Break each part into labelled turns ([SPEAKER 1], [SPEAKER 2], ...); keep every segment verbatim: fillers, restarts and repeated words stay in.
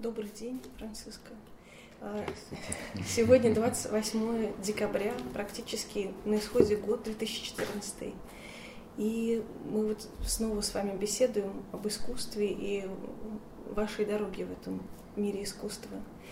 [SPEAKER 1] Добрый день, Франциско. Сегодня двадцать восьмое декабря, практически на исходе год две тысячи четырнадцатый. И мы вот снова с вами беседуем об искусстве и вашей дороге в этом мире искусства.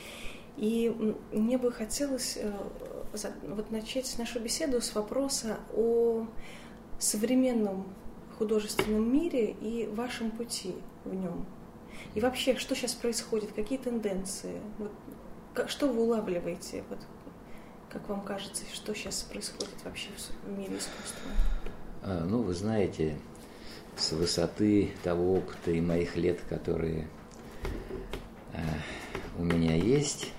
[SPEAKER 1] И мне бы хотелось вот начать нашу беседу с вопроса о современном художественном мире и вашем пути в нем. И вообще, что сейчас происходит, какие тенденции, вот, как, что вы улавливаете, вот, как вам кажется, что сейчас происходит вообще в мире искусства?
[SPEAKER 2] А, ну, вы знаете, с высоты того опыта и моих лет, которые а, у меня есть,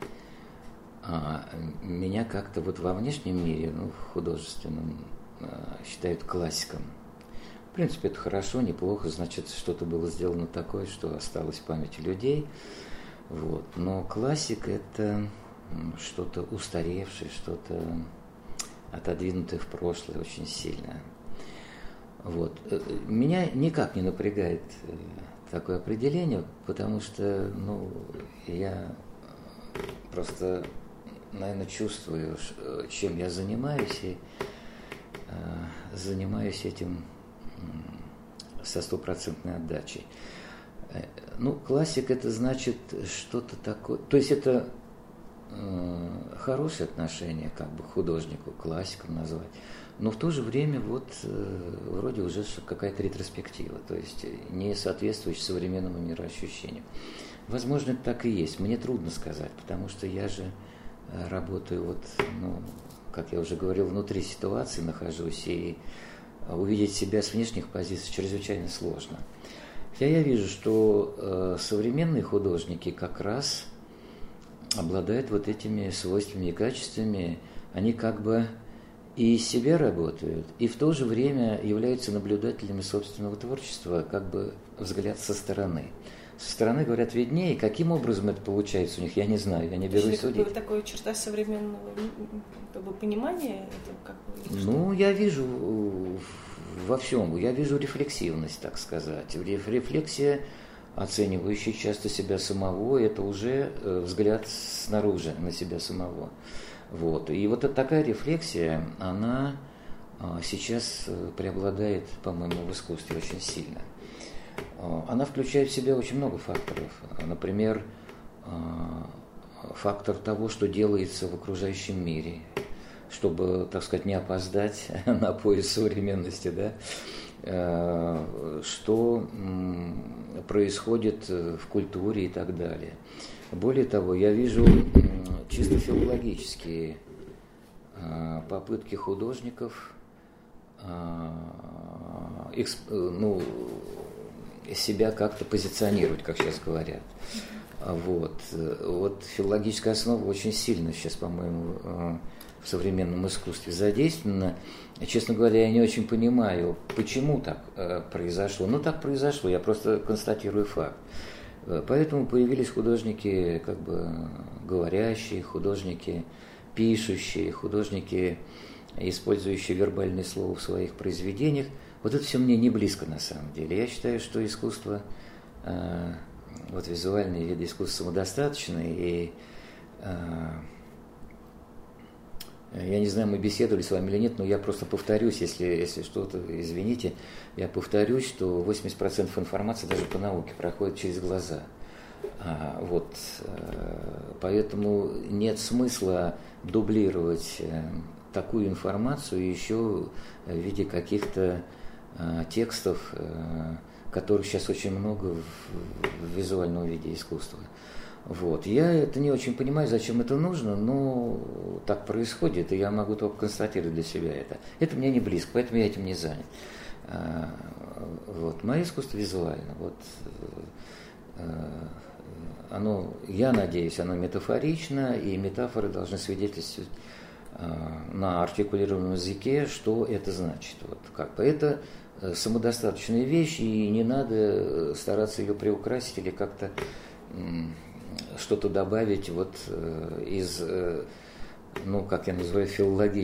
[SPEAKER 2] а, меня как-то вот во внешнем мире, ну, в художественном, а, считают классиком. В принципе, это хорошо, неплохо, значит, что-то было сделано такое, что осталось в памяти людей. Вот. Но классик – это что-то устаревшее, что-то отодвинутое в прошлое очень сильно. Вот. Меня никак не напрягает такое определение, потому что ну, я просто, наверное, чувствую, чем я занимаюсь, и занимаюсь этим со стопроцентной отдачей. Ну, классик – это значит что-то такое, то есть это э, хорошее отношение как бы к художнику, классиком назвать, но в то же время вот э, вроде уже какая-то ретроспектива, то есть не соответствующая современному мироощущению. Возможно, это так и есть, мне трудно сказать, потому что я же работаю вот, ну, как я уже говорил, внутри ситуации нахожусь, и увидеть себя с внешних позиций чрезвычайно сложно. Хотя я вижу, что э, современные художники как раз обладают вот этими свойствами и качествами. Они как бы и из себя работают, и в то же время являются наблюдателями собственного творчества, как бы взгляд со стороны. Со стороны, говорят, виднее. Каким образом это получается у них, я не знаю, я не берусь судить.
[SPEAKER 1] Это такое черта современного как бы, понимания? Это как бы,
[SPEAKER 2] ну, я вижу во всем, я вижу рефлексивность, так сказать. Рефлексия, оценивающая часто себя самого, это уже взгляд снаружи на себя самого. Вот. И вот такая рефлексия, она сейчас преобладает, по-моему, в искусстве очень сильно. Она включает в себя очень много факторов. Например, фактор того, что делается в окружающем мире, чтобы, так сказать, не опоздать на пояс современности, да, что происходит в культуре и так далее. Более того, я вижу чисто филологические попытки художников ну, себя как-то позиционировать, как сейчас говорят. Вот. Вот филологическая основа очень сильно сейчас, по-моему, в современном искусстве задействована. Честно говоря, я не очень понимаю, почему так произошло. Ну, так произошло, я просто констатирую факт. Поэтому появились художники, как бы, говорящие, художники, пишущие, художники, использующие вербальное слово в своих произведениях. Вот это все мне не близко на самом деле. Я считаю, что искусство, э, вот визуальные виды искусства самодостаточны, и э, я не знаю, мы беседовали с вами или нет, но я просто повторюсь, если, если что-то, извините, я повторюсь, что восемьдесят процентов информации даже по науке проходит через глаза. А, вот, э, поэтому нет смысла дублировать э, такую информацию еще в виде каких-то э, текстов, э, которых сейчас очень много в, в визуальном виде искусства. Вот. Я это не очень понимаю, зачем это нужно, но так происходит, и я могу только констатировать для себя это. Это мне не близко, поэтому я этим не занят. А, вот. Мое искусство визуально. Вот. Оно, я надеюсь, оно метафорично, и метафоры должны свидетельствовать на артикулированном языке, что это значит. Вот как бы. Это самодостаточная вещь, и не надо стараться ее приукрасить или как-то что-то добавить вот из, ну, как я называю,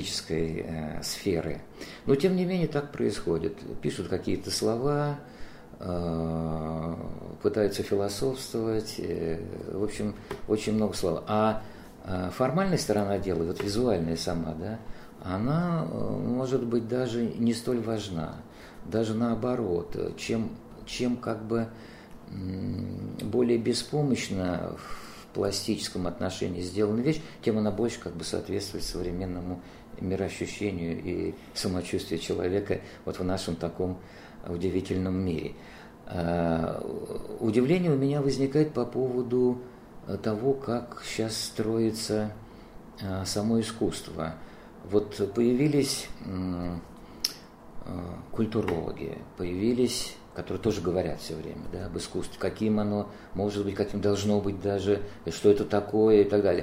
[SPEAKER 2] филологической сферы. Но, тем не менее, так происходит. Пишут какие-то слова, э, пытаются философствовать, э, в общем, очень много слов. А э, формальная сторона дела, вот визуальная сама, да, она э, может быть даже не столь важна, даже наоборот, чем, чем как бы более беспомощно в пластическом отношении сделана вещь, тем она больше как бы соответствует современному мироощущению и самочувствию человека вот в нашем таком удивительном мире. Удивление у меня возникает по поводу того, как сейчас строится само искусство. Вот появились культурологи, появились, которые тоже говорят все время, да, об искусстве, каким оно может быть, каким должно быть даже, что это такое и так далее.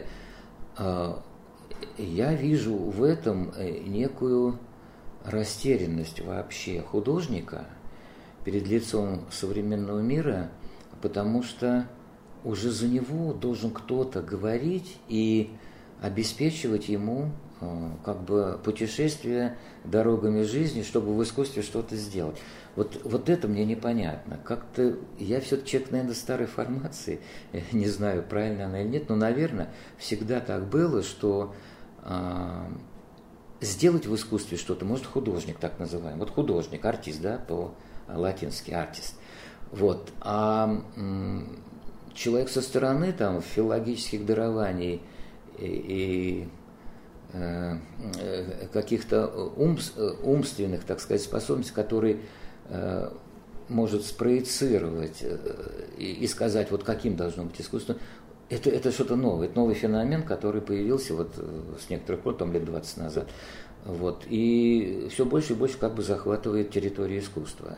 [SPEAKER 2] Я вижу в этом некую растерянность вообще художника перед лицом современного мира, потому что уже за него должен кто-то говорить и обеспечивать ему как бы путешествие дорогами жизни, чтобы в искусстве что-то сделать. Вот, вот это мне непонятно. Как-то я все-таки человек, наверное, старой формации, не знаю, правильно она или нет, но, наверное, всегда так было, что э, сделать в искусстве что-то может художник, так называемый. Вот художник, артист, да, по-латински артист. Вот. А э, человек со стороны там филологических дарований и, и каких-то ум, умственных, так сказать, способностей, которые э, может спроецировать э, и, и сказать, вот каким должно быть искусство, это, это что-то новое, это новый феномен, который появился вот с некоторых пор, там, лет двадцать назад. Вот, и все больше и больше как бы захватывает территорию искусства.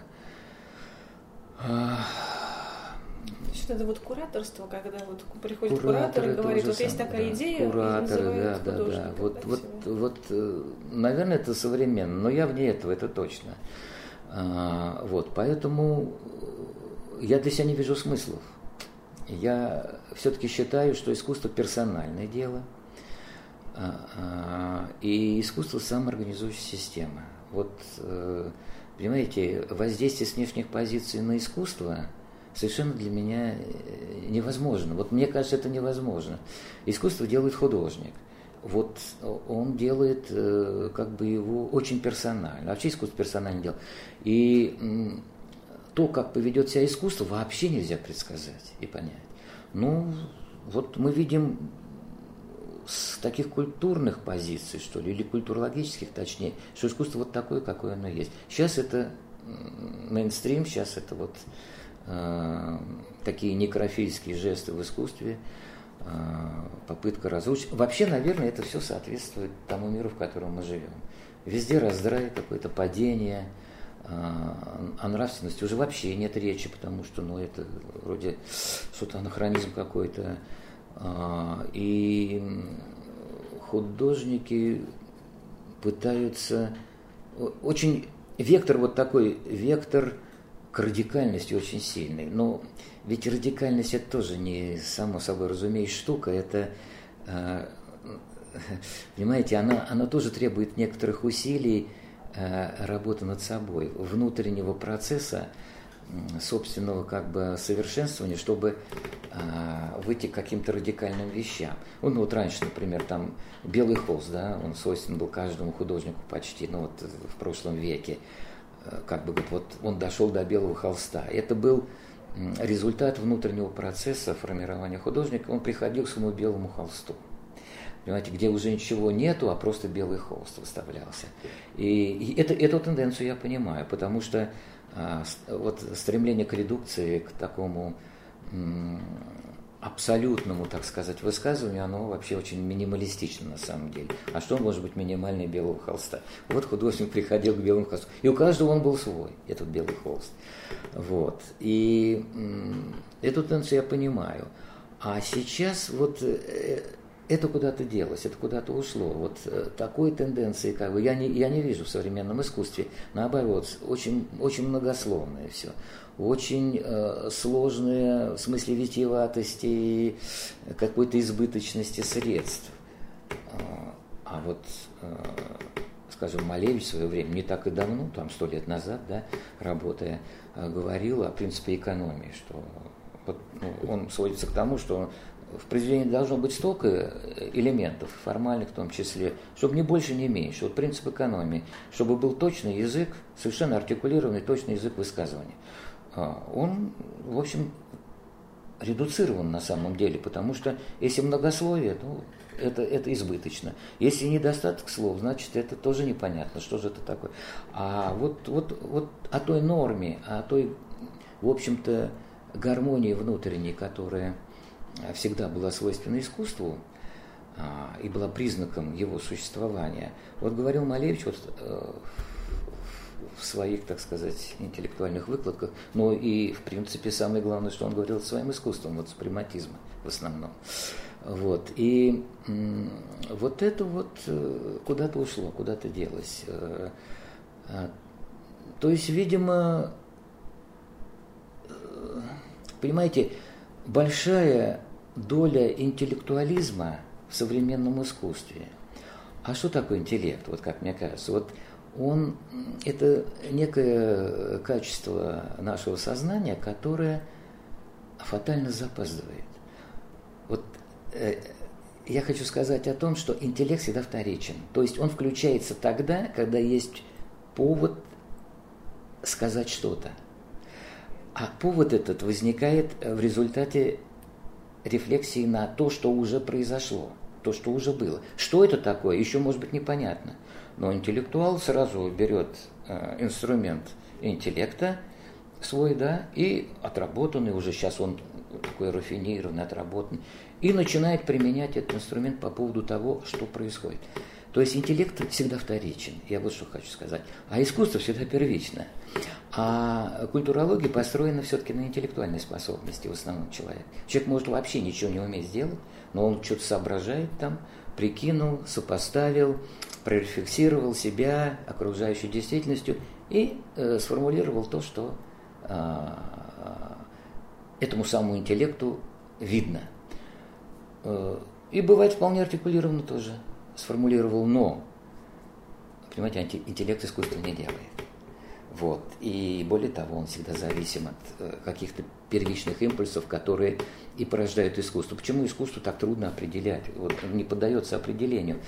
[SPEAKER 1] Значит, это вот кураторство, когда вот приходит куратор и говорит, вот есть такая да. идея,
[SPEAKER 2] кураторы, да, да, да. Вот, вот, вот, наверное, это современно, но я вне этого, это точно. А, вот, поэтому я для себя не вижу смыслов. Я все-таки считаю, что искусство персональное дело, а, а, и искусство самоорганизующая система. Вот, понимаете, воздействие с внешних позиций на искусство совершенно для меня невозможно. Вот мне кажется, это невозможно. Искусство делает художник. Вот он делает как бы его очень персонально. Вообще искусство персональное дело. И то, как поведет себя искусство, вообще нельзя предсказать и понять. Ну, вот мы видим с таких культурных позиций, что ли, или культурологических, точнее, что искусство вот такое, какое оно есть. Сейчас это мейнстрим, сейчас это вот такие некрофильские жесты в искусстве, попытка разрушить. Вообще, наверное, это все соответствует тому миру, в котором мы живем. Везде раздрай, какое-то падение, о нравственности уже вообще нет речи, потому что ну, это вроде что-то анахронизм какой-то. И художники пытаются... Очень вектор вот такой, вектор к радикальности очень сильный. Но ведь радикальность это тоже не само собой разумеющая штука. Это, понимаете, она, она тоже требует некоторых усилий, работы над собой, внутреннего процесса, собственного как бы совершенствования, чтобы а, выйти к каким-то радикальным вещам. Ну, вот раньше, например, там белый холст, да, он свойственен был каждому художнику почти, ну вот в прошлом веке, как бы вот он дошел до белого холста. Это был результат внутреннего процесса формирования художника. Он приходил к своему белому холсту. Понимаете, где уже ничего нету, а просто белый холст выставлялся. И, и это, эту тенденцию я понимаю, потому что а, вот стремление к редукции, к такому м, абсолютному, так сказать, высказыванию, оно вообще очень минималистично на самом деле. А что может быть минимальнее белого холста? Вот художник приходил к белому холсту, и у каждого он был свой, этот белый холст. Вот. И м, эту тенденцию я понимаю. А сейчас вот... Э, это куда-то делось, это куда-то ушло. Вот э, такой тенденции как бы я не, я не вижу в современном искусстве. Наоборот, очень, очень многословное все. Очень э, сложное в смысле витиеватости, какой-то избыточности средств. А, а вот, э, скажем, Малевич в свое время, не так и давно, там сто лет назад, да, работая, говорил о принципе экономии, что вот, ну, он сводится к тому, что в произведении должно быть столько элементов, формальных в том числе, чтобы ни больше, ни меньше. Вот принцип экономии, чтобы был точный язык, совершенно артикулированный точный язык высказывания. Он, в общем, редуцирован на самом деле, потому что если многословие, то это, это избыточно. Если недостаток слов, значит, это тоже непонятно, что же это такое. А вот, вот, вот о той норме, о той, в общем-то, гармонии внутренней, которая всегда была свойственна искусству а, и была признаком его существования. Вот говорил Малевич вот, э, в своих, так сказать, интеллектуальных выкладках, но и, в принципе, самое главное, что он говорил своим искусством, вот с приматизма в основном. Вот. И м- вот это вот э, куда-то ушло, куда-то делось. Э, э, то есть, видимо, э, понимаете, большая доля интеллектуализма в современном искусстве. А что такое интеллект, вот как мне кажется? Вот он, это некое качество нашего сознания, которое фатально запаздывает. Вот э, я хочу сказать о том, что интеллект всегда вторичен. То есть он включается тогда, когда есть повод сказать что-то. А повод этот возникает в результате рефлексии на то, что уже произошло, то, что уже было. Что это такое, еще может быть непонятно. Но интеллектуал сразу берет э, инструмент интеллекта свой, да, и отработанный, уже сейчас он такой рафинированный, отработанный, и начинает применять этот инструмент по поводу того, что происходит. То есть интеллект всегда вторичен, я вот что хочу сказать. А искусство всегда первично. А культурология построена все-таки на интеллектуальной способности в основном человека. Человек может вообще ничего не уметь сделать, но он что-то соображает там, прикинул, сопоставил, прорефлексировал себя, окружающей действительностью и э, сформулировал то, что э, этому самому интеллекту видно. Э, и бывает вполне артикулированно тоже. Сформулировал, но, понимаете, интеллект искусства не делает. Вот. И более того, он всегда зависим от каких-то первичных импульсов, которые и порождают искусство. Почему искусство так трудно определять? Вот, не поддается определению.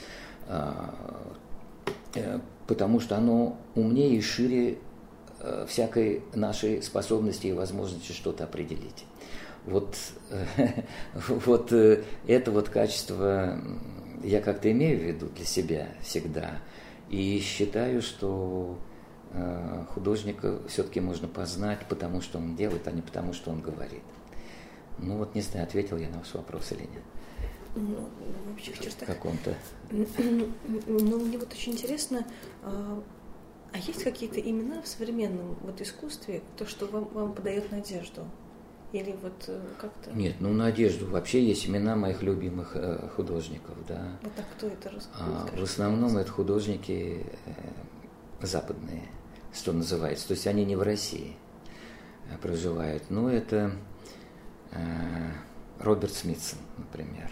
[SPEAKER 2] Потому что оно умнее и шире всякой нашей способности и возможности что-то определить. Вот, вот это вот качество я как-то имею в виду для себя всегда. И считаю, что э, художника все-таки можно познать, потому что он делает, а не потому, что он говорит. Ну вот, не знаю, ответил я на ваш вопрос или нет.
[SPEAKER 1] Ну, в общих чертах.
[SPEAKER 2] В каком-то.
[SPEAKER 1] Ну, мне вот очень интересно, а, а есть какие-то имена в современном вот искусстве, то, что вам, вам подает надежду? Или вот как-то...
[SPEAKER 2] Нет, ну надежду. Вообще есть имена моих любимых э, художников, да.
[SPEAKER 1] Вот так кто это рассказывает?
[SPEAKER 2] А, в основном это художники э, западные, что называется. То есть они не в России э, проживают. Ну, это э, Роберт Смитсон, например.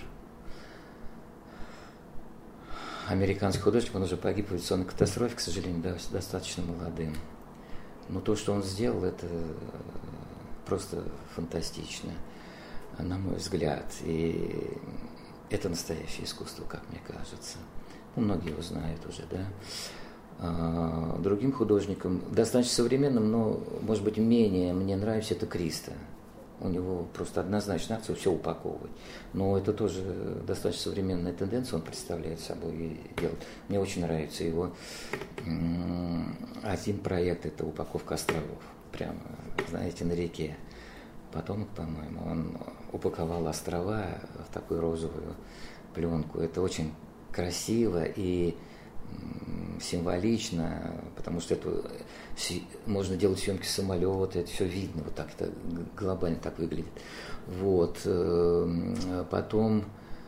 [SPEAKER 2] Американский художник, он уже погиб в авиационной катастрофе, к сожалению, да, достаточно молодым. Но то, что он сделал, это... просто фантастично, на мой взгляд. И это настоящее искусство, как мне кажется. Ну, многие его знают уже, да. А, другим художникам, достаточно современным, но, может быть, менее мне нравится, это Кристо. У него просто однозначно акция все упаковывать. Но это тоже достаточно современная тенденция, он представляет собой и делает. Мне очень нравится его один проект, это упаковка островов. Прямо, знаете, на реке. Потом, по-моему, он упаковал острова в такую розовую пленку. Это очень красиво и символично, потому что это можно делать съемки самолета, это все видно, вот так это глобально так выглядит. Вот. Потом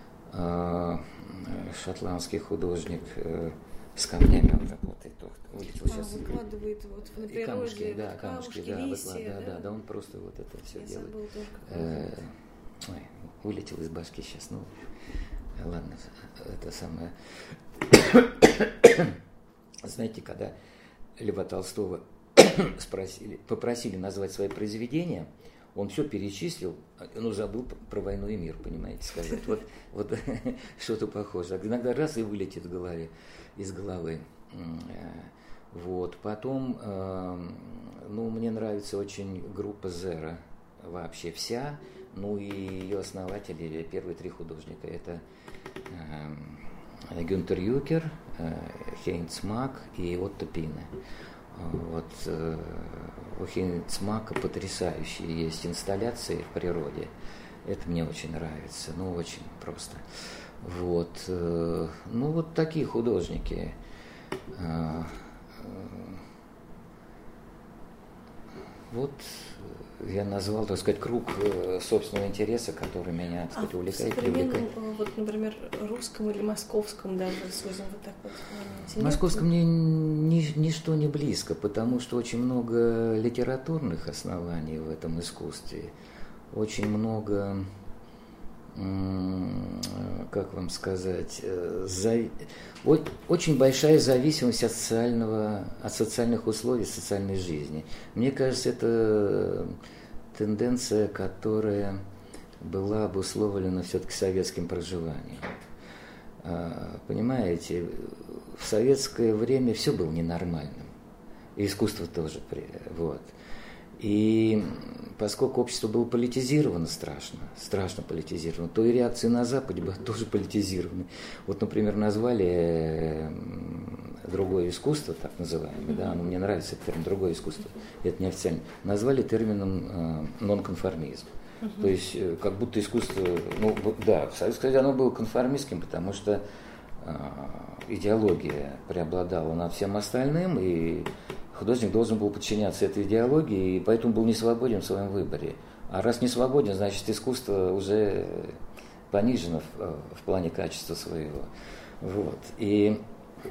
[SPEAKER 2] шотландский художник с камнями он работает. Вылетел
[SPEAKER 1] а,
[SPEAKER 2] сейчас.
[SPEAKER 1] Выкладывает вот на природе,
[SPEAKER 2] камушки, да,
[SPEAKER 1] вот
[SPEAKER 2] камушки,
[SPEAKER 1] камушки,
[SPEAKER 2] да,
[SPEAKER 1] листья,
[SPEAKER 2] выклад, да,
[SPEAKER 1] да?
[SPEAKER 2] да, да, он просто вот это все
[SPEAKER 1] Я
[SPEAKER 2] делает.
[SPEAKER 1] забыла тоже, как
[SPEAKER 2] Э, ой, вылетел из башки сейчас, ну, ладно, это самое. Знаете, когда Льва Толстого спросили, попросили назвать свои произведения, он все перечислил, но забыл про «Войну и мир», понимаете, сказать. Вот, вот что-то похожее. Иногда раз и вылетит в голове, из головы. Вот. Потом, ну, мне нравится очень группа «Зеро», вообще вся, ну и ее основатели, первые три художника, это Гюнтер Юкер, Хейнц Мак и Отто Пине. Вот у Хейнц Мака потрясающие есть инсталляции в природе. Это мне очень нравится, ну очень просто. Вот, ну вот такие художники. Вот я назвал, так сказать, круг собственного интереса, который меня, так сказать, увлекает,
[SPEAKER 1] а
[SPEAKER 2] привлекает.
[SPEAKER 1] Вот, например, русском или московском даже, судя вот так вот.
[SPEAKER 2] В московском мне ни, ничто не близко, потому что очень много литературных оснований в этом искусстве, очень много, как вам сказать, зави... очень большая зависимость от, социального, от социальных условий, социальной жизни. Мне кажется, это тенденция, которая была обусловлена все-таки советским проживанием. Понимаете, в советское время все было ненормальным, и искусство тоже. Вот. И поскольку общество было политизировано страшно, страшно политизировано, то и реакции на Западе были тоже политизированы. Вот, например, назвали другое искусство, так называемое, да, оно мне нравится, этот термин «другое искусство», это неофициально, назвали термином э, нонконформизм. Uh-huh. То есть, как будто искусство, ну, да, в Советском Союзе оно было конформистским, потому что э, идеология преобладала над всем остальным, и художник должен был подчиняться этой идеологии, и поэтому был не свободен в своем выборе. А раз не свободен, значит, искусство уже понижено в, в плане качества своего. Вот. И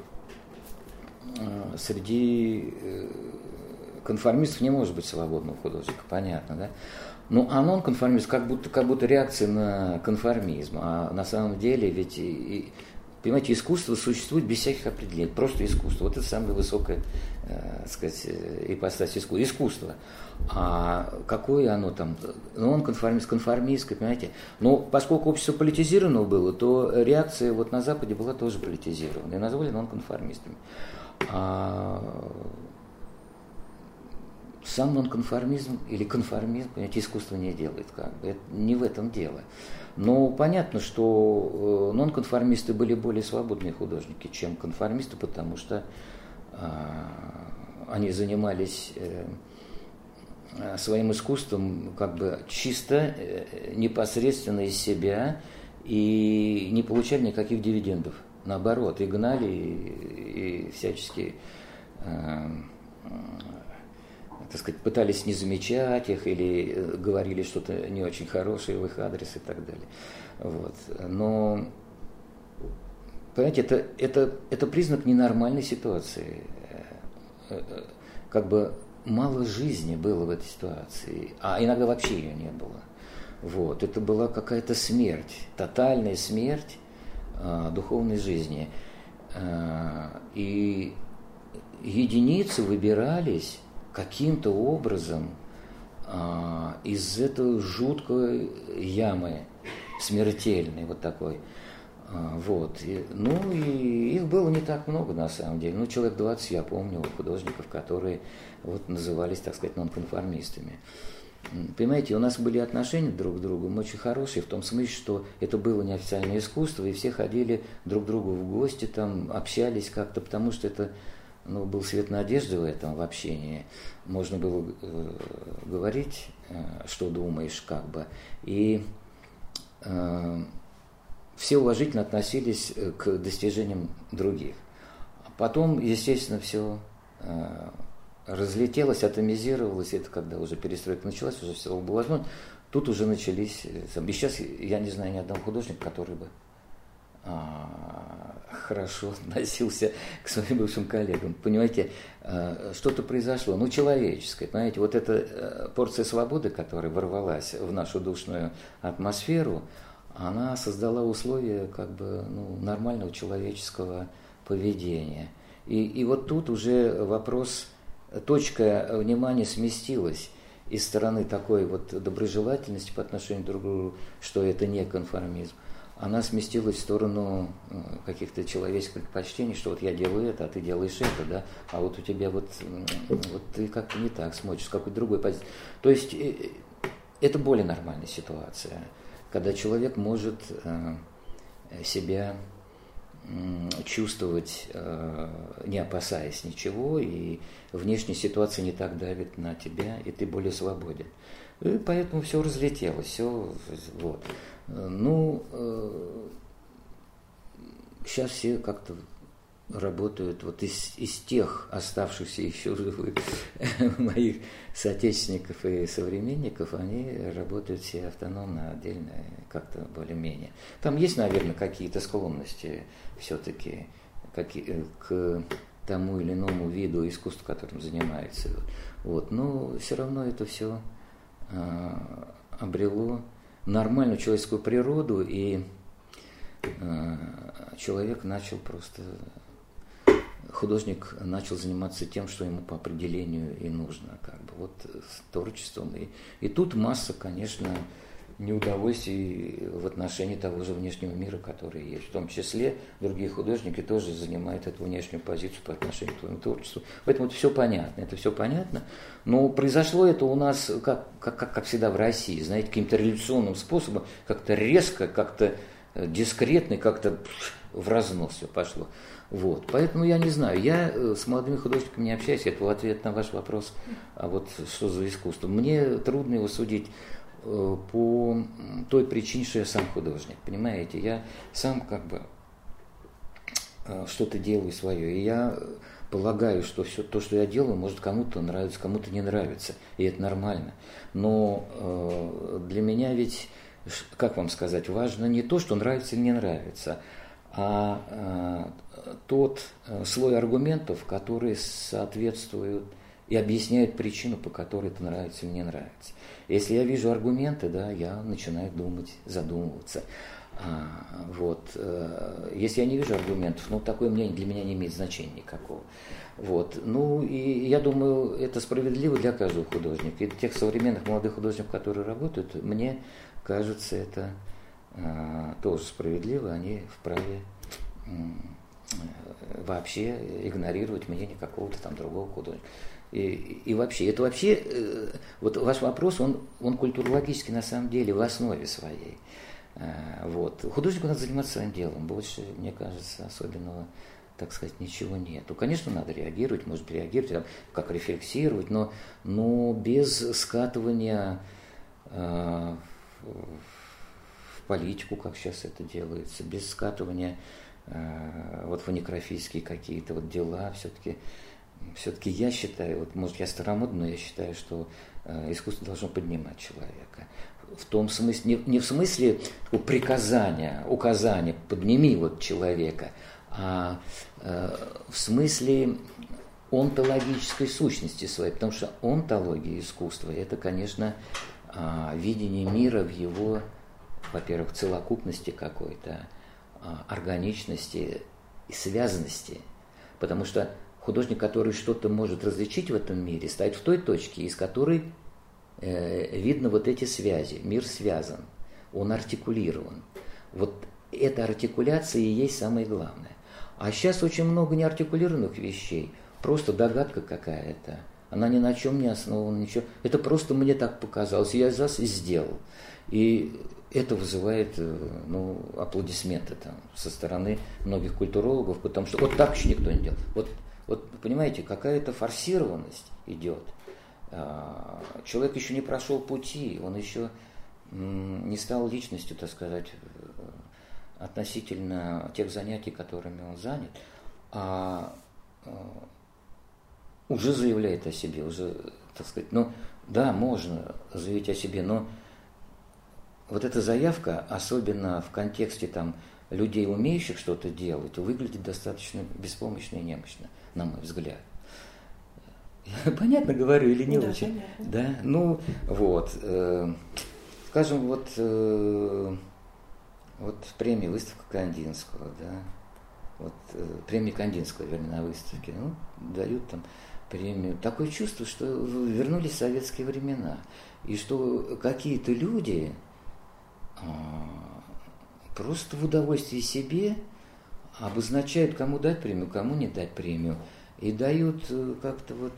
[SPEAKER 2] э, среди конформистов не может быть свободного художника, понятно, да? Ну, а нонконформизм как будто, как будто реакция на конформизм. А на самом деле ведь, и, и, понимаете, искусство существует без всяких определений. Просто искусство. Вот это самая высокая, э, сказать, ипостась искусства. Искусство. А какое оно там? Нонконформист, конформистское, понимаете? Но поскольку общество политизировано было, то реакция вот на Западе была тоже политизирована. И назвали нонконформистами. А сам нонконформизм или конформизм, понимаете, искусство не делает, как бы. Это не в этом дело. Но понятно, что нонконформисты были более свободные художники, чем конформисты, потому что а, они занимались э, своим искусством как бы чисто, э, непосредственно из себя и не получали никаких дивидендов. Наоборот, и гнали, и, и всячески э, так сказать, пытались не замечать их или говорили что-то не очень хорошее в их адрес и так далее. Вот. Но, понимаете, это, это, это признак ненормальной ситуации. Как бы мало жизни было в этой ситуации, а иногда вообще ее не было. Вот. Это была какая-то смерть, тотальная смерть а, духовной жизни. А, и единицы выбирались каким-то образом а, из этой жуткой ямы, смертельной вот такой. А, вот. И, ну и их было не так много на самом деле. Ну, человек двадцать, я помню, художников, которые вот назывались, так сказать, нонконформистами. Понимаете, у нас были отношения друг к другу очень хорошие, в том смысле, что это было неофициальное искусство, и все ходили друг к другу в гости, там общались как-то, потому что это ну, был свет надежды в этом, в общении. Можно было э, говорить, э, что думаешь, как бы. И э, все уважительно относились к достижениям других. Потом, естественно, все э, разлетелось, атомизировалось. Это когда уже перестройка началась, уже все было возможно. Тут уже начались... И сейчас я не знаю ни одного художника, который бы хорошо относился к своим бывшим коллегам. Понимаете, что-то произошло, ну, человеческое. Понимаете, вот эта порция свободы, которая ворвалась в нашу душную атмосферу, она создала условия как бы, ну, нормального человеческого поведения. И, и вот тут уже вопрос, точка внимания сместилась из стороны такой вот доброжелательности по отношению друг к другу, что это не конформизм. Она сместилась в сторону каких-то человеческих предпочтений, что вот я делаю это, а ты делаешь это, да, а вот у тебя вот, вот ты как-то не так смотришь, с какой-то другой позиции. То есть это более нормальная ситуация, когда человек может себя чувствовать, не опасаясь ничего, и внешняя ситуация не так давит на тебя, и ты более свободен. И поэтому все разлетелось, все вот. Ну, сейчас все как-то работают, вот из, из тех оставшихся еще живых моих соотечественников и современников, они работают все автономно, отдельно, как-то более-менее. Там есть, наверное, какие-то склонности все-таки к тому или иному виду искусства, которым занимается. Вот. Но все равно это все а, обрело нормальную человеческую природу, и а, человек начал просто, художник начал заниматься тем, что ему по определению и нужно, как бы вот с творчеством. И, и тут масса, конечно, неудовольствий в отношении того же внешнего мира, который есть. В том числе другие художники тоже занимают эту внешнюю позицию по отношению к твоему творчеству. Поэтому это все понятно, это все понятно. Но произошло это у нас, как, как, как всегда в России, знаете, каким-то революционным способом, как-то резко, как-то дискретно, как-то в разнос все пошло. Вот. Поэтому я не знаю, я с молодыми художниками не общаюсь, это в ответ на ваш вопрос, а вот что за искусство. Мне трудно его судить по той причине, что я сам художник, понимаете, я сам как бы что-то делаю свое, и я полагаю, что все то, что я делаю, может кому-то нравится, кому-то не нравится, и это нормально. Но для меня ведь, как вам сказать, важно не то, что нравится или не нравится, а тот слой аргументов, которые соответствуют и объясняют причину, по которой это нравится или не нравится. Если я вижу аргументы, да, я начинаю думать, задумываться. А, вот. Если я не вижу аргументов, ну, такое мнение для меня не имеет значения никакого. Вот. Ну, и я думаю, это справедливо для каждого художника. И для тех современных молодых художников, которые работают, мне кажется, это а, тоже справедливо. Они вправе а, вообще игнорировать мнение какого-то там другого художника. И, и вообще, это вообще, вот ваш вопрос, он, он культурологический на самом деле в основе своей. Вот. Художнику надо заниматься своим делом, больше, мне кажется, особенного, так сказать, ничего нету. Конечно, надо реагировать, может реагировать, там, как рефлексировать, но, но без скатывания э, в политику, как сейчас это делается, без скатывания э, вот в некрофильские какие-то вот дела, все-таки. Все-таки я считаю, вот, может, я старомодный, но я считаю, что э, искусство должно поднимать человека. В том смысле, не, не в смысле приказания, указания, подними вот человека, а э, в смысле онтологической сущности своей, потому что онтология искусства – это, конечно, э, видение мира в его, во-первых, целокупности какой-то, э, органичности и связанности, потому что художник, который что-то может различить в этом мире, стоит в той точке, из которой э, видно вот эти связи. Мир связан, он артикулирован. Вот эта артикуляция и есть самое главное. А сейчас очень много неартикулированных вещей, просто догадка какая-то. Она ни на чем не основана, ничего. Это просто мне так показалось, я за и сделал. И это вызывает ну, аплодисменты там, со стороны многих культурологов, потому что вот так еще никто не делал. Вот, Вот, понимаете, какая-то форсированность идет. Человек еще не прошел пути, он еще не стал личностью, так сказать, относительно тех занятий, которыми он занят, а уже заявляет о себе, уже, так сказать, ну, да, можно заявить о себе, но вот эта заявка, особенно в контексте там людей, умеющих что-то делать, выглядит достаточно беспомощно и немощно, на мой взгляд. Понятно говорю или не
[SPEAKER 1] да,
[SPEAKER 2] очень?
[SPEAKER 1] Понятно.
[SPEAKER 2] Да, ну вот, э, скажем, вот, э, вот премия, выставка Кандинского, да, вот, премию Кандинского, вернее, на выставке, ну, дают там премию. Такое чувство, что вернулись советские времена, и что какие-то люди просто в удовольствии себе обозначают, кому дать премию, кому не дать премию, и дают как-то вот,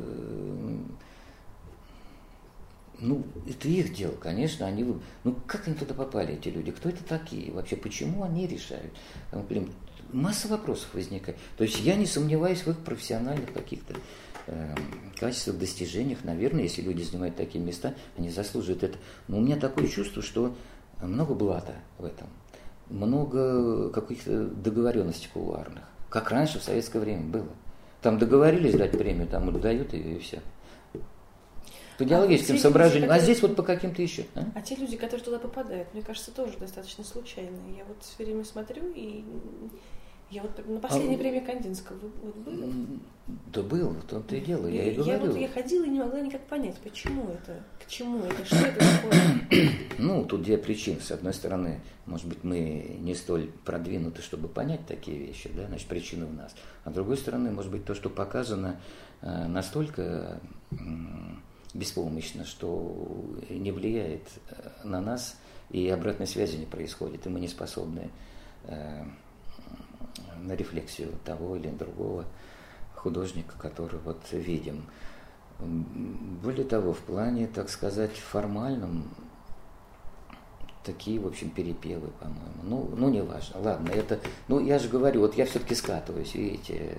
[SPEAKER 2] ну, это их дело, конечно, они, ну, как они туда попали, эти люди, кто это такие, вообще, почему они решают? Масса вопросов возникает. То есть я не сомневаюсь в их профессиональных каких-то э, качествах, достижениях. Наверное, если люди занимают такие места, они заслуживают это. Но у меня такое чувство, что много блата в этом. Много каких-то договоренностей кулуарных. Как раньше в советское время было. Там договорились дать премию, там дают и, и все. По идеологическим а соображениям, люди, которые... а здесь вот по каким-то еще. А?
[SPEAKER 1] а те люди, которые туда попадают, мне кажется, тоже достаточно случайные. Я вот все время смотрю, и я вот на последней а... премии Кандинского вот было?
[SPEAKER 2] Да было, в том-то и дело, я и говорю.
[SPEAKER 1] Я вот я ходила и не могла никак понять, почему это, к чему это, что это такое.
[SPEAKER 2] Ну, тут две причины. С одной стороны, может быть, мы не столь продвинуты, чтобы понять такие вещи, да, значит, причины в нас. А с другой стороны, может быть, то, что показано, настолько беспомощно, что не влияет на нас, и обратной связи не происходит, и мы не способны э, на рефлексию того или другого художника, который вот видим. Более того, в плане, так сказать, формальном, такие, в общем, перепевы, по-моему. Ну, ну, не важно. Ладно, это, ну, я же говорю, вот я все-таки скатываюсь, видите,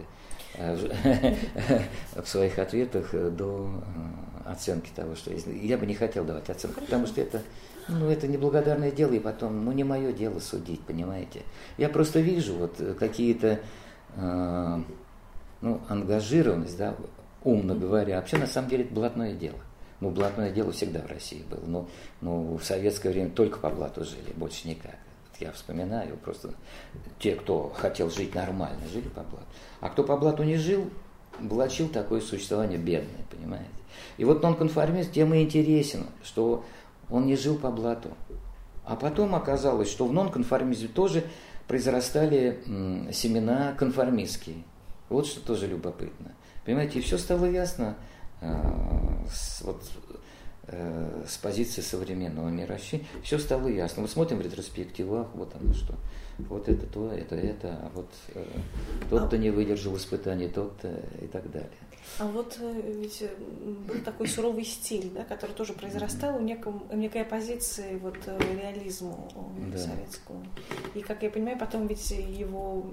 [SPEAKER 2] в своих ответах до оценки того, что есть. Я бы не хотел давать оценку, потому что это, ну, это неблагодарное дело, и потом, ну, не мое дело судить, понимаете. Я просто вижу вот какие-то, э, ну, ангажированность, да, умно говоря. Вообще, на самом деле, это блатное дело. Ну, блатное дело всегда в России было. Но, но в советское время только по блату жили, больше никак. Я вспоминаю, просто те, кто хотел жить нормально, жили по блату. А кто по блату не жил, влачил такое существование бедное, понимаете. И вот нонконформист тем и интересен, что он не жил по блату. А потом оказалось, что в нонконформизме тоже произрастали м, семена конформистские. Вот что тоже любопытно. Понимаете, и все стало ясно э, с, вот, э, с позиции современного мироощущения. Все стало ясно. Мы смотрим в ретроспективах, вот оно что. Вот это то, это это, а вот э, тот-то не выдержал испытаний, тот-то и так далее.
[SPEAKER 1] А вот ведь был такой суровый стиль, да, который тоже произрастал в неком, в некой оппозиции вот, реализму да. советскому. И, как я понимаю, потом ведь его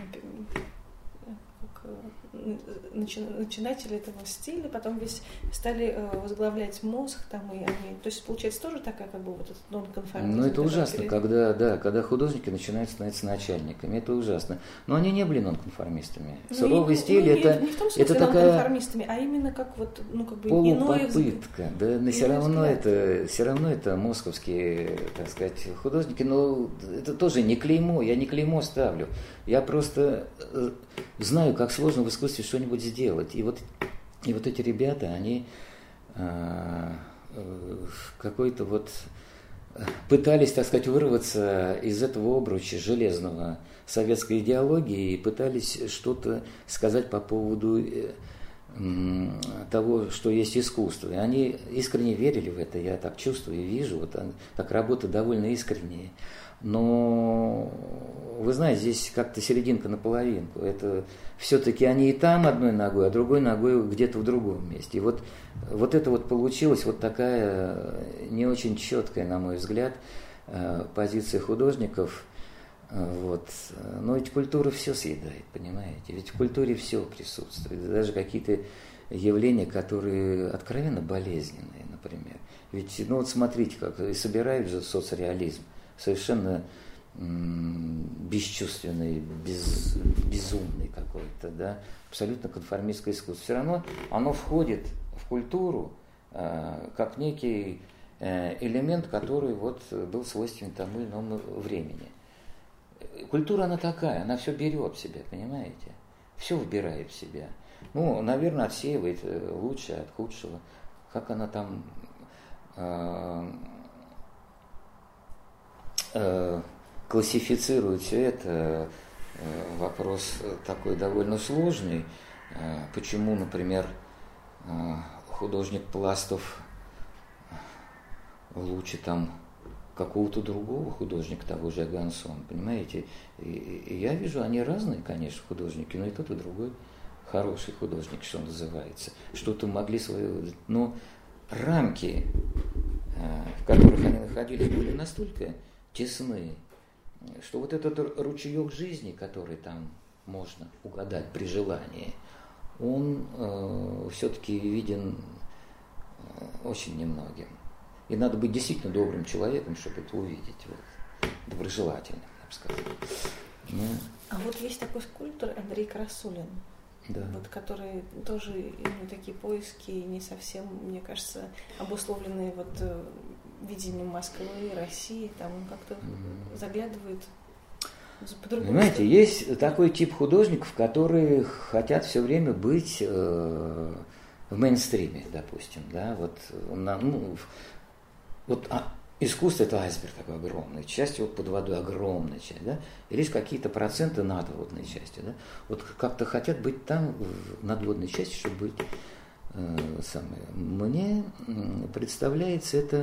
[SPEAKER 1] начинатели этого стиля потом весь стали возглавлять мозг там, и они, то есть получается тоже такая как бы вот этот нонконформизм.
[SPEAKER 2] Ну это ужасно, перед... когда, да, когда художники начинают становиться начальниками, это ужасно. Но они не были нонконформистами.
[SPEAKER 1] Ну,
[SPEAKER 2] суровый
[SPEAKER 1] не,
[SPEAKER 2] стиль
[SPEAKER 1] ну,
[SPEAKER 2] это,
[SPEAKER 1] не в том смысле
[SPEAKER 2] это такая
[SPEAKER 1] нонконформистами, а именно как вот ну как бы
[SPEAKER 2] полупопытка, да, но все равно это, все равно это московские, так сказать, художники, но это тоже не клеймо, я не клеймо ставлю, я просто знаю, как сложно в искусстве что-нибудь сделать. И вот, и вот эти ребята, они э, какой-то вот пытались, так сказать, вырваться из этого обруча железного советской идеологии и пытались что-то сказать по поводу э, э, того, что есть искусство. И они искренне верили в это, я так чувствую и вижу, вот так работа довольно искренняя. Но, вы знаете, здесь как-то серединка на половинку. Это все-таки они и там одной ногой, а другой ногой где-то в другом месте. И вот, вот это вот получилась вот такая не очень четкая, на мой взгляд, позиция художников. Вот. Но ведь культура все съедает, понимаете? Ведь в культуре все присутствует. Даже какие-то явления, которые откровенно болезненные, например. Ведь, ну вот смотрите, как и собирают же соцреализм. Совершенно м- бесчувственный, без, безумный какой-то, да, абсолютно конформистское искусство. Все равно оно входит в культуру э, как некий э, элемент, который вот был свойственен тому или иному времени. Культура она такая, она все берет в себя, понимаете? Все вбирает в себя. Ну, наверное, отсеивает лучшее от худшего. Как она там... Э, классифицирует все это, вопрос такой довольно сложный. Почему, например, художник Пластов лучше там какого-то другого художника, того же Агансона, понимаете? И, и я вижу, они разные, конечно, художники, но и тот, и другой хороший художник, что называется. Что-то могли свое... Но рамки, в которых они находились, были настолько тесны, что вот этот ручеек жизни, который там можно угадать при желании, он э, все-таки виден э, очень немногим. И надо быть действительно добрым человеком, чтобы это увидеть. Вот. Доброжелательным, я бы сказал. Ну,
[SPEAKER 1] а вот есть такой скульптор Андрей Красулин,
[SPEAKER 2] да.
[SPEAKER 1] вот, который тоже ну, такие поиски не совсем, мне кажется, обусловленные вот, видением Москвы, России. Там он как-то mm-hmm. заглядывает по-другому.
[SPEAKER 2] Понимаете, есть такой тип художников, которые хотят все время быть э, в мейнстриме, допустим. Да? Вот, на, ну, вот а, искусство – это айсберг такой огромный, часть его под водой огромная часть, да? И лишь какие-то проценты надводной части. Да? Вот как-то хотят быть там, в надводной части, чтобы быть э, самое. Мне представляется это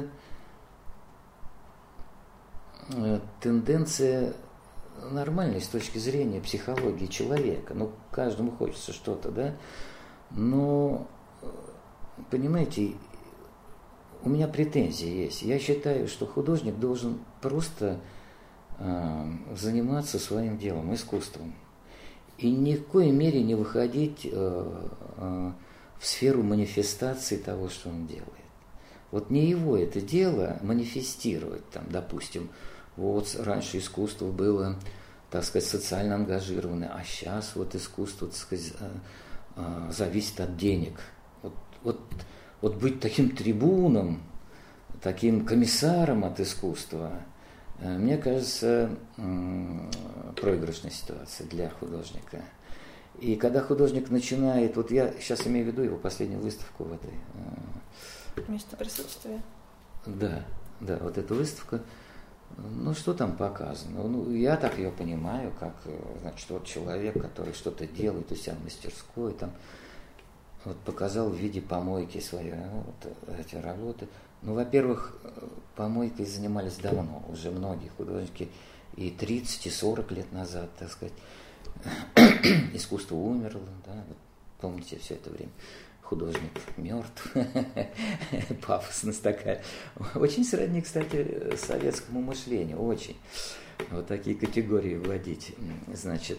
[SPEAKER 2] э, тенденция нормальной с точки зрения психологии человека. Ну, каждому хочется что-то, да? Но, понимаете, у меня претензии есть. Я считаю, что художник должен просто э, заниматься своим делом, искусством. И ни в коей мере не выходить э, э, в сферу манифестации того, что он делает. Вот не его это дело манифестировать, там, допустим, вот раньше искусство было, так сказать, социально ангажированное, а сейчас вот искусство, так сказать, э, э, зависит от денег. Вот, вот, Вот быть таким трибуном, таким комиссаром от искусства, мне кажется, проигрышная ситуация для художника. И когда художник начинает, вот я сейчас имею в виду его последнюю выставку в этой...
[SPEAKER 1] Место присутствия?
[SPEAKER 2] Да, да, вот эта выставка. Ну, что там показано? Ну, я так ее понимаю, как, значит, вот человек, который что-то делает у себя в мастерской, там, вот показал в виде помойки свои вот, эти работы. Ну, во-первых, помойкой занимались давно, уже многие художники, и тридцать, и сорок лет назад, так сказать. Искусство умерло, да, вот, помните, все это время. Художник мертв, пафосность такая. Очень сродни, кстати, советскому мышлению, очень. Вот такие категории вводить, значит.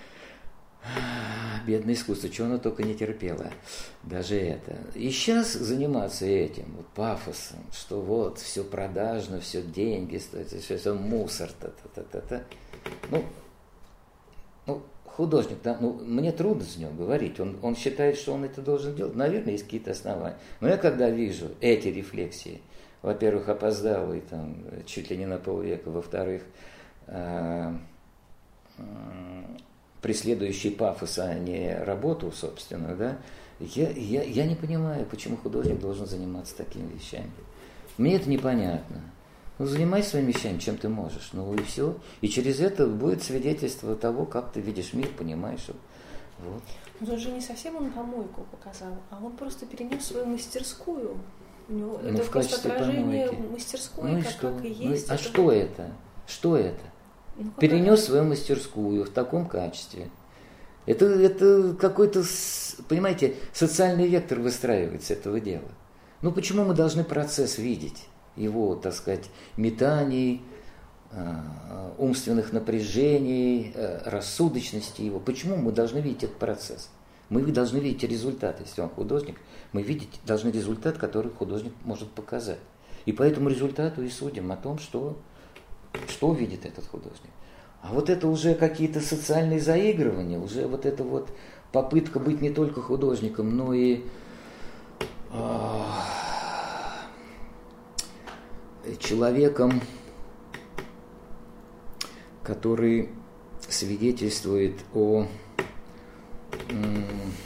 [SPEAKER 2] Бедное искусство, чего оно только не терпело, даже это. И сейчас заниматься этим, вот, пафосом, что вот, все продажно, все деньги стоят, все, все мусор, та-та-та-та-та. Ну, ну, художник, да, ну, мне трудно с ним говорить, он, он считает, что он это должен делать, наверное, есть какие-то основания. Но я когда вижу эти рефлексии, во-первых, опоздалый, там, чуть ли не на полвека, во-вторых, э- э- преследующий пафос, а не работу, собственно, да, я, я, я не понимаю, почему художник должен заниматься такими вещами. Мне это непонятно. Ну, занимайся своими вещами, чем ты можешь, ну и все. И через это будет свидетельство того, как ты видишь мир, понимаешь. Вот.
[SPEAKER 1] Но он же не совсем он помойку показал, а он просто перенес свою мастерскую. У него
[SPEAKER 2] Ну,
[SPEAKER 1] это
[SPEAKER 2] в
[SPEAKER 1] просто
[SPEAKER 2] качестве
[SPEAKER 1] отражение
[SPEAKER 2] помойки.
[SPEAKER 1] мастерской,
[SPEAKER 2] Ну и
[SPEAKER 1] как,
[SPEAKER 2] что?
[SPEAKER 1] как и
[SPEAKER 2] Ну,
[SPEAKER 1] есть.
[SPEAKER 2] а
[SPEAKER 1] это...
[SPEAKER 2] что это? Что это?
[SPEAKER 1] Ну,
[SPEAKER 2] Перенес свою мастерскую в таком качестве. Это, это какой-то, понимаете, социальный вектор выстраивается с этого дела. Ну почему мы должны процесс видеть? Его, так сказать, метаний, умственных напряжений, рассудочности его. Почему мы должны видеть этот процесс? Мы должны видеть результат. Если он художник, мы видеть должны результат, который художник может показать. И по этому результату и судим о том, что... Что увидит этот художник? А вот это уже какие-то социальные заигрывания, уже вот это вот попытка быть не только художником, но и э, человеком, который свидетельствует о... М-